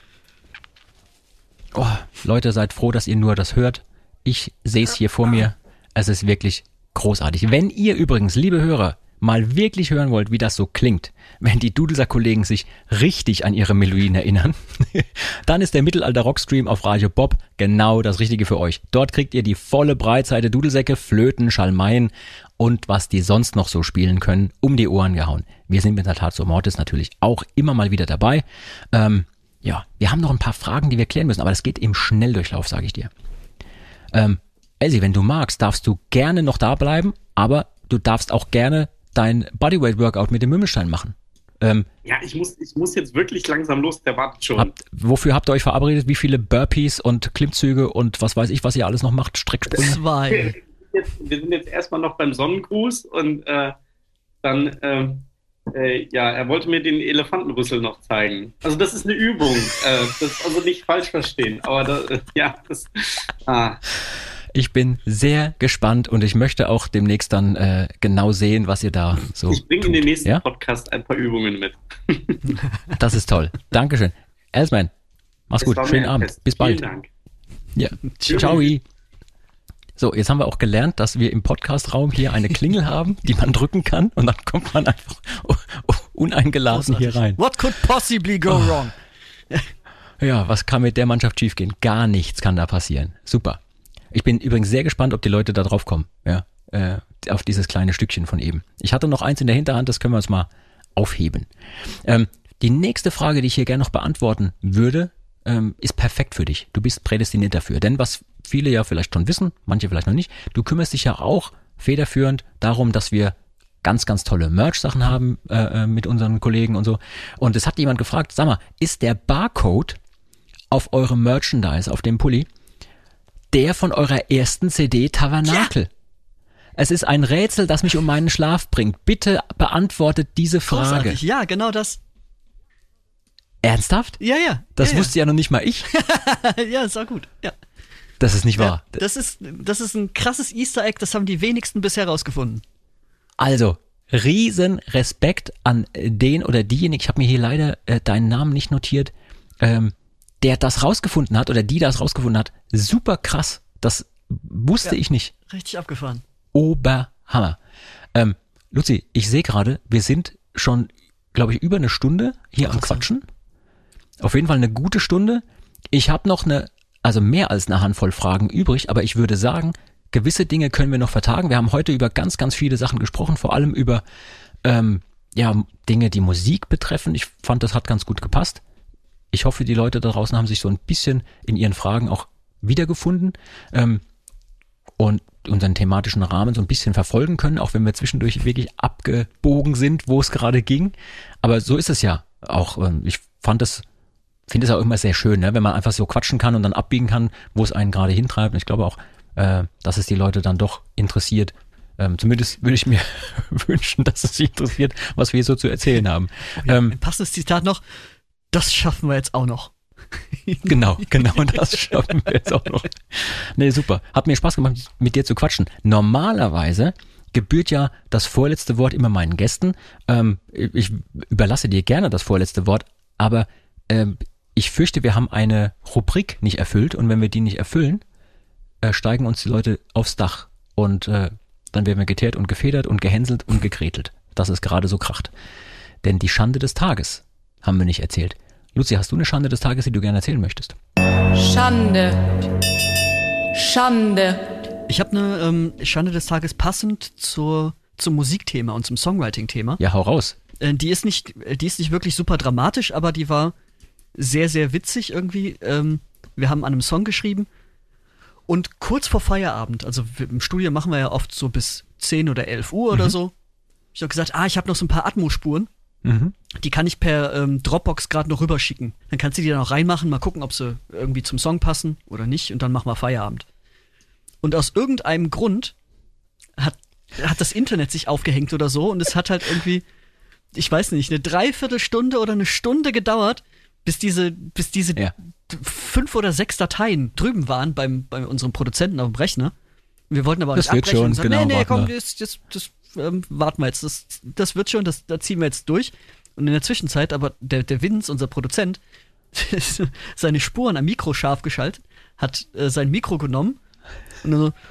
Oh, Leute, seid froh, dass ihr nur das hört. Ich sehe es hier vor mir. Es ist wirklich großartig. Wenn ihr übrigens, liebe Hörer, mal wirklich hören wollt, wie das so klingt, wenn die Dudelsack-Kollegen sich richtig an ihre Melodien erinnern, dann ist der Mittelalter-Rock-Stream auf Radio Bob genau das Richtige für euch. Dort kriegt ihr die volle Breitseite Dudelsäcke, Flöten, Schalmeien und was die sonst noch so spielen können, um die Ohren gehauen. Wir sind mit Natatio Mortis natürlich auch immer mal wieder dabei. Ja, wir haben noch ein paar Fragen, die wir klären müssen, aber das geht im Schnelldurchlauf, sage ich dir. Elsie, wenn du magst, darfst du gerne noch da bleiben, aber du darfst auch gerne dein Bodyweight-Workout mit dem Mümmelstein machen. Ja, ich muss jetzt wirklich langsam los, der wartet schon. Wofür habt ihr euch verabredet? Wie viele Burpees und Klimmzüge und was weiß ich, was ihr alles noch macht? Strecksprünge? 2. Wir sind jetzt erstmal noch beim Sonnengruß und dann, er wollte mir den Elefantenrüssel noch zeigen. Also das ist eine Übung. Das also nicht falsch verstehen, aber Ich bin sehr gespannt und ich möchte auch demnächst dann genau sehen, was ihr da so Ich bringe in den nächsten ja? Podcast ein paar Übungen mit. Das ist toll. Dankeschön. Elsman, mach's gut. Schönen Abend. Bis bald. Vielen Dank. Ja. Ciao. So, jetzt haben wir auch gelernt, dass wir im Podcastraum hier eine Klingel haben, die man drücken kann und dann kommt man einfach uneingeladen hier rein. What could possibly go wrong? Ja, was kann mit der Mannschaft schiefgehen? Gar nichts kann da passieren. Super. Ich bin übrigens sehr gespannt, ob die Leute da drauf kommen, ja, auf dieses kleine Stückchen von eben. Ich hatte noch eins in der Hinterhand, das können wir uns mal aufheben. Die nächste Frage, die ich hier gerne noch beantworten würde, ist perfekt für dich. Du bist prädestiniert dafür. Denn was viele ja vielleicht schon wissen, manche vielleicht noch nicht, du kümmerst dich ja auch federführend darum, dass wir ganz, ganz tolle Merch-Sachen haben mit unseren Kollegen und so. Und es hat jemand gefragt, sag mal, ist der Barcode auf eurem Merchandise, auf dem Pulli, der von eurer ersten CD Tabernakel? Ja. Es ist ein Rätsel, das mich um meinen Schlaf bringt. Bitte beantwortet diese Frage. Großartig. Ja, genau das. Ernsthaft? Ja. Das wusste ja noch nicht mal ich. Ja, ist auch gut. Ja. Das ist nicht wahr. Das ist ein krasses Easter Egg, das haben die wenigsten bisher rausgefunden. Also, riesen Respekt an den oder diejenige, ich habe mir hier leider deinen Namen nicht notiert, der das rausgefunden hat oder die das rausgefunden hat. Super krass. Das wusste ich nicht. Richtig abgefahren. Oberhammer. Luzi, ich sehe gerade, wir sind schon, glaube ich, über eine Stunde hier am Quatschen. Auf jeden Fall eine gute Stunde. Ich habe noch mehr als eine Handvoll Fragen übrig, aber ich würde sagen, gewisse Dinge können wir noch vertagen. Wir haben heute über ganz, ganz viele Sachen gesprochen, vor allem über Dinge, die Musik betreffen. Ich fand, das hat ganz gut gepasst. Ich hoffe, die Leute da draußen haben sich so ein bisschen in ihren Fragen auch wiedergefunden und unseren thematischen Rahmen so ein bisschen verfolgen können, auch wenn wir zwischendurch wirklich abgebogen sind, wo es gerade ging. Aber so ist es ja auch. Ich finde es auch immer sehr schön, ne? Wenn man einfach so quatschen kann und dann abbiegen kann, wo es einen gerade hintreibt. Und ich glaube auch, dass es die Leute dann doch interessiert. Zumindest würde ich mir wünschen, dass es sie interessiert, was wir so zu erzählen haben. Ein passendes Zitat noch. Das schaffen wir jetzt auch noch. Genau, das schaffen wir jetzt auch noch. Nee, super. Hat mir Spaß gemacht, mit dir zu quatschen. Normalerweise gebührt ja das vorletzte Wort immer meinen Gästen. Ich überlasse dir gerne das vorletzte Wort, aber ich fürchte, wir haben eine Rubrik nicht erfüllt und wenn wir die nicht erfüllen, steigen uns die Leute aufs Dach und dann werden wir geteert und gefedert und gehänselt und gekretelt. Das ist gerade so kracht. Denn die Schande des Tages haben wir nicht erzählt. Luzi, hast du eine Schande des Tages, die du gerne erzählen möchtest? Schande. Ich habe eine Schande des Tages passend zum Musikthema und zum Songwriting-Thema. Ja, hau raus. Die ist nicht wirklich super dramatisch, aber die war sehr, sehr witzig irgendwie. Wir haben an einem Song geschrieben und kurz vor Feierabend, also im Studio machen wir ja oft so bis 10 oder 11 Uhr oder so, ich habe gesagt, ich habe noch so ein paar Atmo-Spuren. Die kann ich per Dropbox gerade noch rüberschicken. Dann kannst du die dann auch reinmachen, mal gucken, ob sie irgendwie zum Song passen oder nicht und dann machen wir Feierabend. Und aus irgendeinem Grund hat das Internet sich aufgehängt oder so und es hat halt irgendwie ich weiß nicht, eine Dreiviertelstunde oder eine Stunde gedauert, bis diese 5 oder 6 Dateien drüben waren bei unserem Produzenten auf dem Rechner. Wir wollten aber auch Das nicht wird abbrechen schon, und sagen, genau, nee, warten komm, wir. das warten wir jetzt, das wird schon, da ziehen wir jetzt durch. Und in der Zwischenzeit aber der Vince, unser Produzent, seine Spuren am Mikro scharf geschaltet, hat sein Mikro genommen und dann so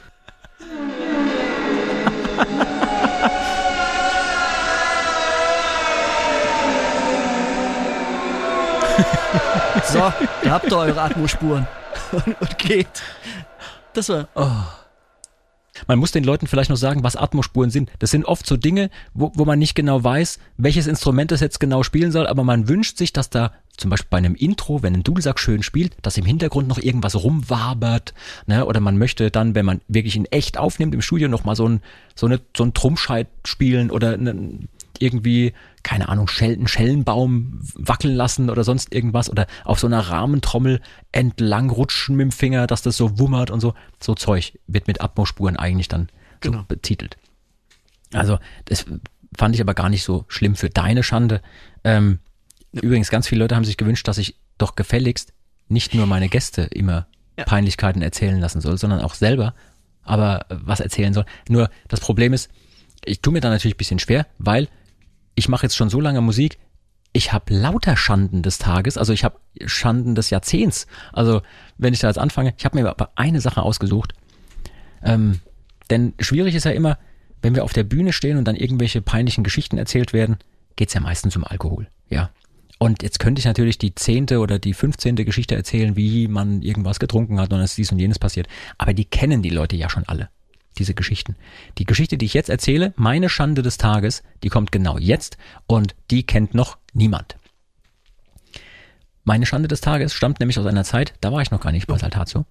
so, da habt ihr eure Atmospuren und geht. Das war Man muss den Leuten vielleicht noch sagen, was Atmospuren sind. Das sind oft so Dinge, wo man nicht genau weiß, welches Instrument das jetzt genau spielen soll, aber man wünscht sich, dass da zum Beispiel bei einem Intro, wenn ein Dudelsack schön spielt, dass im Hintergrund noch irgendwas rumwabert, ne? Oder man möchte dann, wenn man wirklich in echt aufnimmt im Studio, noch mal so einen Trumpfscheit spielen oder irgendwie, keine Ahnung, einen Schellenbaum wackeln lassen oder sonst irgendwas oder auf so einer Rahmentrommel entlang rutschen mit dem Finger, dass das so wummert und so. So Zeug wird mit Atmospuren eigentlich dann so betitelt. Also das fand ich aber gar nicht so schlimm für deine Schande. Übrigens, ganz viele Leute haben sich gewünscht, dass ich doch gefälligst nicht nur meine Gäste immer Peinlichkeiten erzählen lassen soll, sondern auch selber aber was erzählen soll. Nur das Problem ist, ich tue mir da natürlich ein bisschen schwer, weil ich mache jetzt schon so lange Musik, ich habe lauter Schanden des Tages, also ich habe Schanden des Jahrzehnts. Also wenn ich da jetzt anfange, ich habe mir aber eine Sache ausgesucht. Denn schwierig ist ja immer, wenn wir auf der Bühne stehen und dann irgendwelche peinlichen Geschichten erzählt werden, geht's ja meistens um Alkohol, ja. Und jetzt könnte ich natürlich die 10. oder die 15. Geschichte erzählen, wie man irgendwas getrunken hat und es dies und jenes passiert. Aber die kennen die Leute ja schon alle. Diese Geschichten. Die Geschichte, die ich jetzt erzähle, meine Schande des Tages, die kommt genau jetzt und die kennt noch niemand. Meine Schande des Tages stammt nämlich aus einer Zeit, da war ich noch gar nicht bei Saltatio.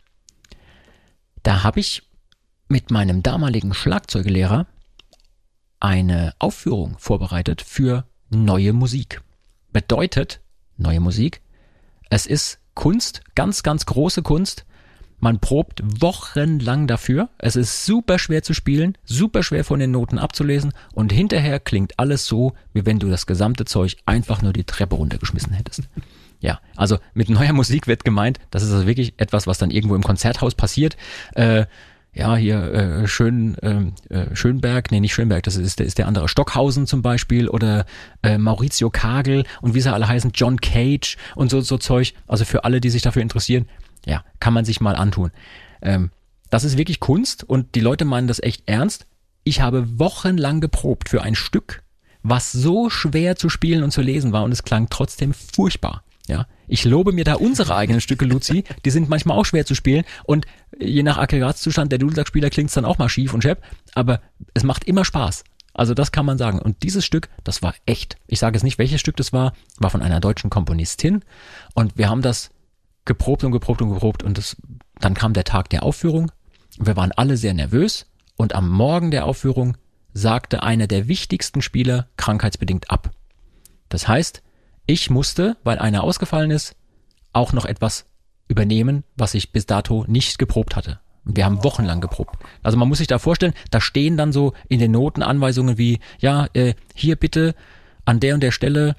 Da habe ich mit meinem damaligen Schlagzeuglehrer eine Aufführung vorbereitet für neue Musik. Bedeutet, neue Musik, es ist Kunst, ganz, ganz große Kunst. Man probt wochenlang dafür. Es ist super schwer zu spielen, super schwer von den Noten abzulesen und hinterher klingt alles so, wie wenn du das gesamte Zeug einfach nur die Treppe runtergeschmissen hättest. Ja, also mit neuer Musik wird gemeint, das ist also wirklich etwas, was dann irgendwo im Konzerthaus passiert. Schönberg, nee, nicht Schönberg, das ist der andere, Stockhausen zum Beispiel oder Maurizio Kagel und wie sie alle heißen, John Cage und so Zeug. Also für alle, die sich dafür interessieren, ja, kann man sich mal antun. Das ist wirklich Kunst und die Leute meinen das echt ernst. Ich habe wochenlang geprobt für ein Stück, was so schwer zu spielen und zu lesen war und es klang trotzdem furchtbar. Ja, ich lobe mir da unsere eigenen Stücke, Luzi, die sind manchmal auch schwer zu spielen und je nach Aggregatzustand der Dudelsackspieler klingt es dann auch mal schief und schepp, aber es macht immer Spaß. Also das kann man sagen. Und dieses Stück, das war echt. Ich sage jetzt nicht, welches Stück das war von einer deutschen Komponistin und wir haben das geprobt und dann kam der Tag der Aufführung. Wir waren alle sehr nervös und am Morgen der Aufführung sagte einer der wichtigsten Spieler krankheitsbedingt ab. Das heißt, ich musste, weil einer ausgefallen ist, auch noch etwas übernehmen, was ich bis dato nicht geprobt hatte. Wir haben wochenlang geprobt. Also man muss sich da vorstellen, da stehen dann so in den Noten Anweisungen wie, hier bitte an der und der Stelle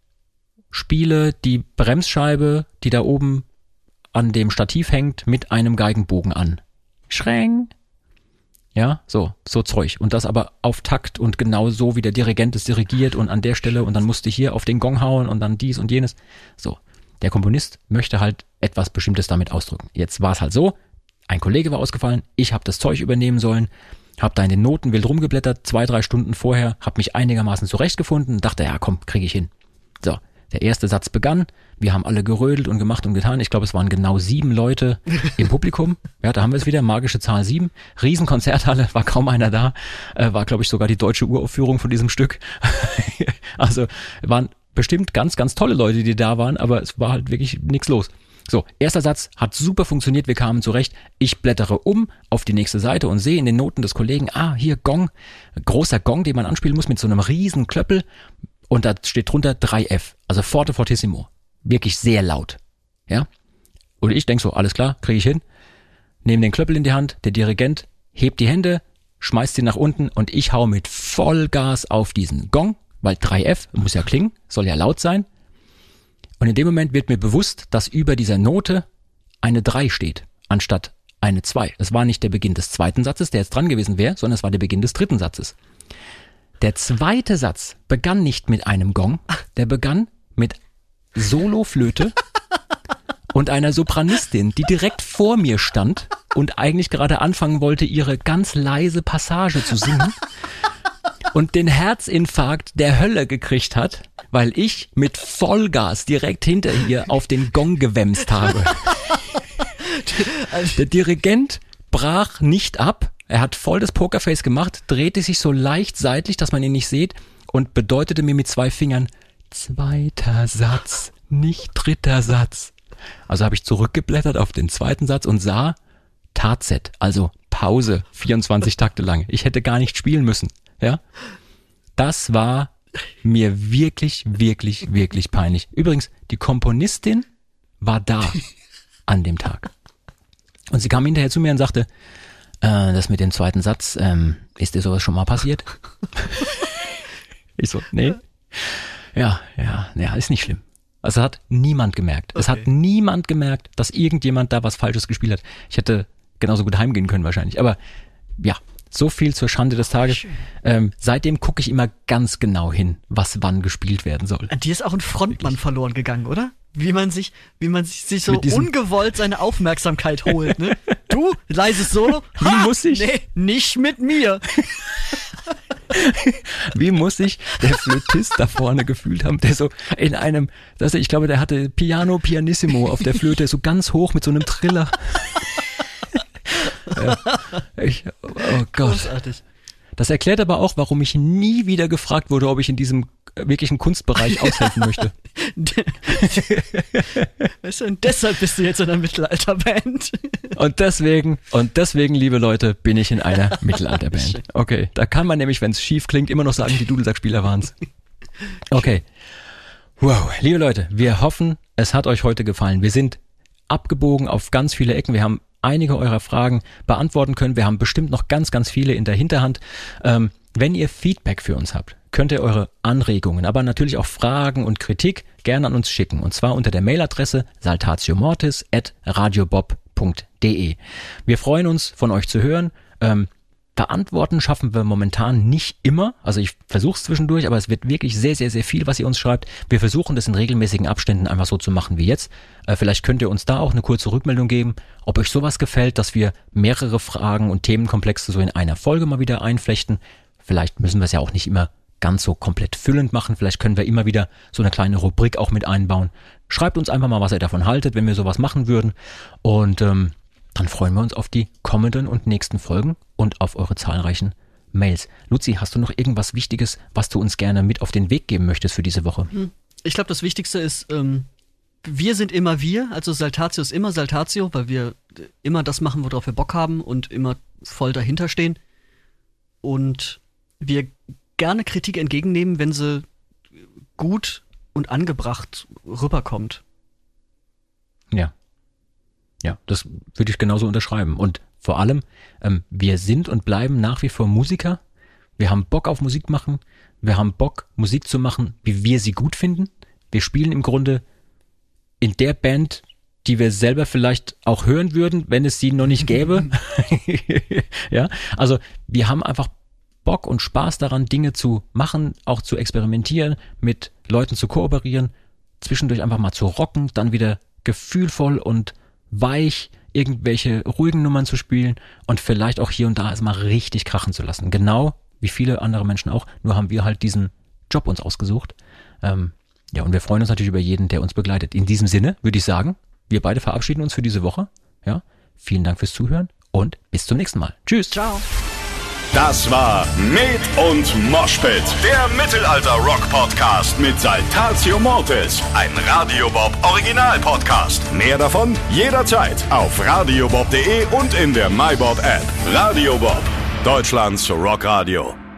spiele die Bremsscheibe, die da oben an dem Stativ hängt, mit einem Geigenbogen an. Schreng. Ja, so Zeug. Und das aber auf Takt und genau so, wie der Dirigent es dirigiert und an der Stelle und dann musste hier auf den Gong hauen und dann dies und jenes. So, der Komponist möchte halt etwas Bestimmtes damit ausdrücken. Jetzt war es halt so, ein Kollege war ausgefallen, ich habe das Zeug übernehmen sollen, habe da in den Noten wild rumgeblättert, 2-3 Stunden vorher, habe mich einigermaßen zurechtgefunden und dachte, ja komm, kriege ich hin. So, der erste Satz begann, wir haben alle gerödelt und gemacht und getan. Ich glaube, es waren genau 7 Leute im Publikum. Ja, da haben wir es wieder, magische Zahl 7. Riesenkonzerthalle, war kaum einer da. War, glaube ich, sogar die deutsche Uraufführung von diesem Stück. Also waren bestimmt ganz, ganz tolle Leute, die da waren, aber es war halt wirklich nichts los. So, erster Satz hat super funktioniert, wir kamen zurecht. Ich blättere um auf die nächste Seite und sehe in den Noten des Kollegen, hier Gong, großer Gong, den man anspielen muss mit so einem riesen Klöppel. Und da steht drunter 3F, also forte fortissimo. Wirklich sehr laut. Ja? Und ich denke so, alles klar, kriege ich hin. Nehme den Klöppel in die Hand, der Dirigent hebt die Hände, schmeißt sie nach unten und ich hau mit Vollgas auf diesen Gong. weil 3F muss ja klingen, soll ja laut sein. Und in dem Moment wird mir bewusst, dass über dieser Note eine 3 steht, anstatt eine 2. Das war nicht der Beginn des zweiten Satzes, der jetzt dran gewesen wäre, sondern es war der Beginn des dritten Satzes. Der zweite Satz begann nicht mit einem Gong, der begann mit Soloflöte und einer Sopranistin, die direkt vor mir stand und eigentlich gerade anfangen wollte, ihre ganz leise Passage zu singen und den Herzinfarkt der Hölle gekriegt hat, weil ich mit Vollgas direkt hinter ihr auf den Gong gewämst habe. Der Dirigent brach nicht ab, er hat voll das Pokerface gemacht, drehte sich so leicht seitlich, dass man ihn nicht sieht und bedeutete mir mit 2 Fingern, zweiter Satz, nicht dritter Satz. Also habe ich zurückgeblättert auf den zweiten Satz und sah Tatzett, also Pause, 24 Takte lang. Ich hätte gar nicht spielen müssen. Ja, das war mir wirklich, wirklich, wirklich peinlich. Übrigens, die Komponistin war da an dem Tag. Und sie kam hinterher zu mir und sagte, das mit dem zweiten Satz, ist dir sowas schon mal passiert? Ich so, nee. Ja, ist nicht schlimm. Also hat niemand gemerkt. Okay. Es hat niemand gemerkt, dass irgendjemand da was Falsches gespielt hat. Ich hätte genauso gut heimgehen können wahrscheinlich. Aber ja, so viel zur Schande des Tages. Seitdem gucke ich immer ganz genau hin, was wann gespielt werden soll. An dir ist auch ein Frontmann verloren gegangen, oder? Wie man sich so ungewollt seine Aufmerksamkeit holt, ne? Du, leises Solo? Wie muss ich? Nee, nicht mit mir. Wie muss sich der Flötist da vorne gefühlt haben, der so in einem, ich glaube, der hatte Piano Pianissimo auf der Flöte, so ganz hoch mit so einem Triller. Ja, oh Gott. Großartig. Das erklärt aber auch, warum ich nie wieder gefragt wurde, ob ich in diesem wirklichen Kunstbereich aushelfen möchte. Weißt du, und deshalb bist du jetzt in einer Mittelalterband. Und deswegen, liebe Leute, bin ich in einer Mittelalterband. Okay, da kann man nämlich, wenn es schief klingt, immer noch sagen, die Dudelsackspieler waren's. Okay. Wow, liebe Leute, wir hoffen, es hat euch heute gefallen. Wir sind abgebogen auf ganz viele Ecken. Wir haben einige eurer Fragen beantworten können. Wir haben bestimmt noch ganz, ganz viele in der Hinterhand. Wenn ihr Feedback für uns habt, könnt ihr eure Anregungen, aber natürlich auch Fragen und Kritik gerne an uns schicken. Und zwar unter der Mailadresse saltatiomortis@radiobob.de. Wir freuen uns, von euch zu hören. Beantworten schaffen wir momentan nicht immer. Also ich versuche es zwischendurch, aber es wird wirklich sehr, sehr, sehr viel, was ihr uns schreibt. Wir versuchen das in regelmäßigen Abständen einfach so zu machen wie jetzt. Vielleicht könnt ihr uns da auch eine kurze Rückmeldung geben, ob euch sowas gefällt, dass wir mehrere Fragen und Themenkomplexe so in einer Folge mal wieder einflechten. Vielleicht müssen wir es ja auch nicht immer ganz so komplett füllend machen. Vielleicht können wir immer wieder so eine kleine Rubrik auch mit einbauen. Schreibt uns einfach mal, was ihr davon haltet, wenn wir sowas machen würden. Und dann freuen wir uns auf die kommenden und nächsten Folgen und auf eure zahlreichen Mails. Luzi, hast du noch irgendwas Wichtiges, was du uns gerne mit auf den Weg geben möchtest für diese Woche? Ich glaube, das Wichtigste ist, wir sind immer wir, also Saltatio ist immer Saltatio, weil wir immer das machen, worauf wir Bock haben und immer voll dahinter stehen. Und wir gerne Kritik entgegennehmen, wenn sie gut und angebracht rüberkommt. Ja, das würde ich genauso unterschreiben. Und vor allem, wir sind und bleiben nach wie vor Musiker. Wir haben Bock auf Musik machen. Wir haben Bock, Musik zu machen, wie wir sie gut finden. Wir spielen im Grunde in der Band, die wir selber vielleicht auch hören würden, wenn es sie noch nicht gäbe. Ja, also wir haben einfach Bock und Spaß daran, Dinge zu machen, auch zu experimentieren, mit Leuten zu kooperieren, zwischendurch einfach mal zu rocken, dann wieder gefühlvoll und weich irgendwelche ruhigen Nummern zu spielen und vielleicht auch hier und da es mal richtig krachen zu lassen. Genau wie viele andere Menschen auch, nur haben wir halt diesen Job uns ausgesucht. Ja, und wir freuen uns natürlich über jeden, der uns begleitet. In diesem Sinne würde ich sagen, wir beide verabschieden uns für diese Woche. Ja, vielen Dank fürs Zuhören und bis zum nächsten Mal. Tschüss. Ciao. Das war Med und Moshpit, der Mittelalter-Rock-Podcast mit Saltatio Mortis, ein Radio Bob Original-Podcast. Mehr davon jederzeit auf radiobob.de und in der MyBob-App. Radio Bob, Deutschlands Rockradio.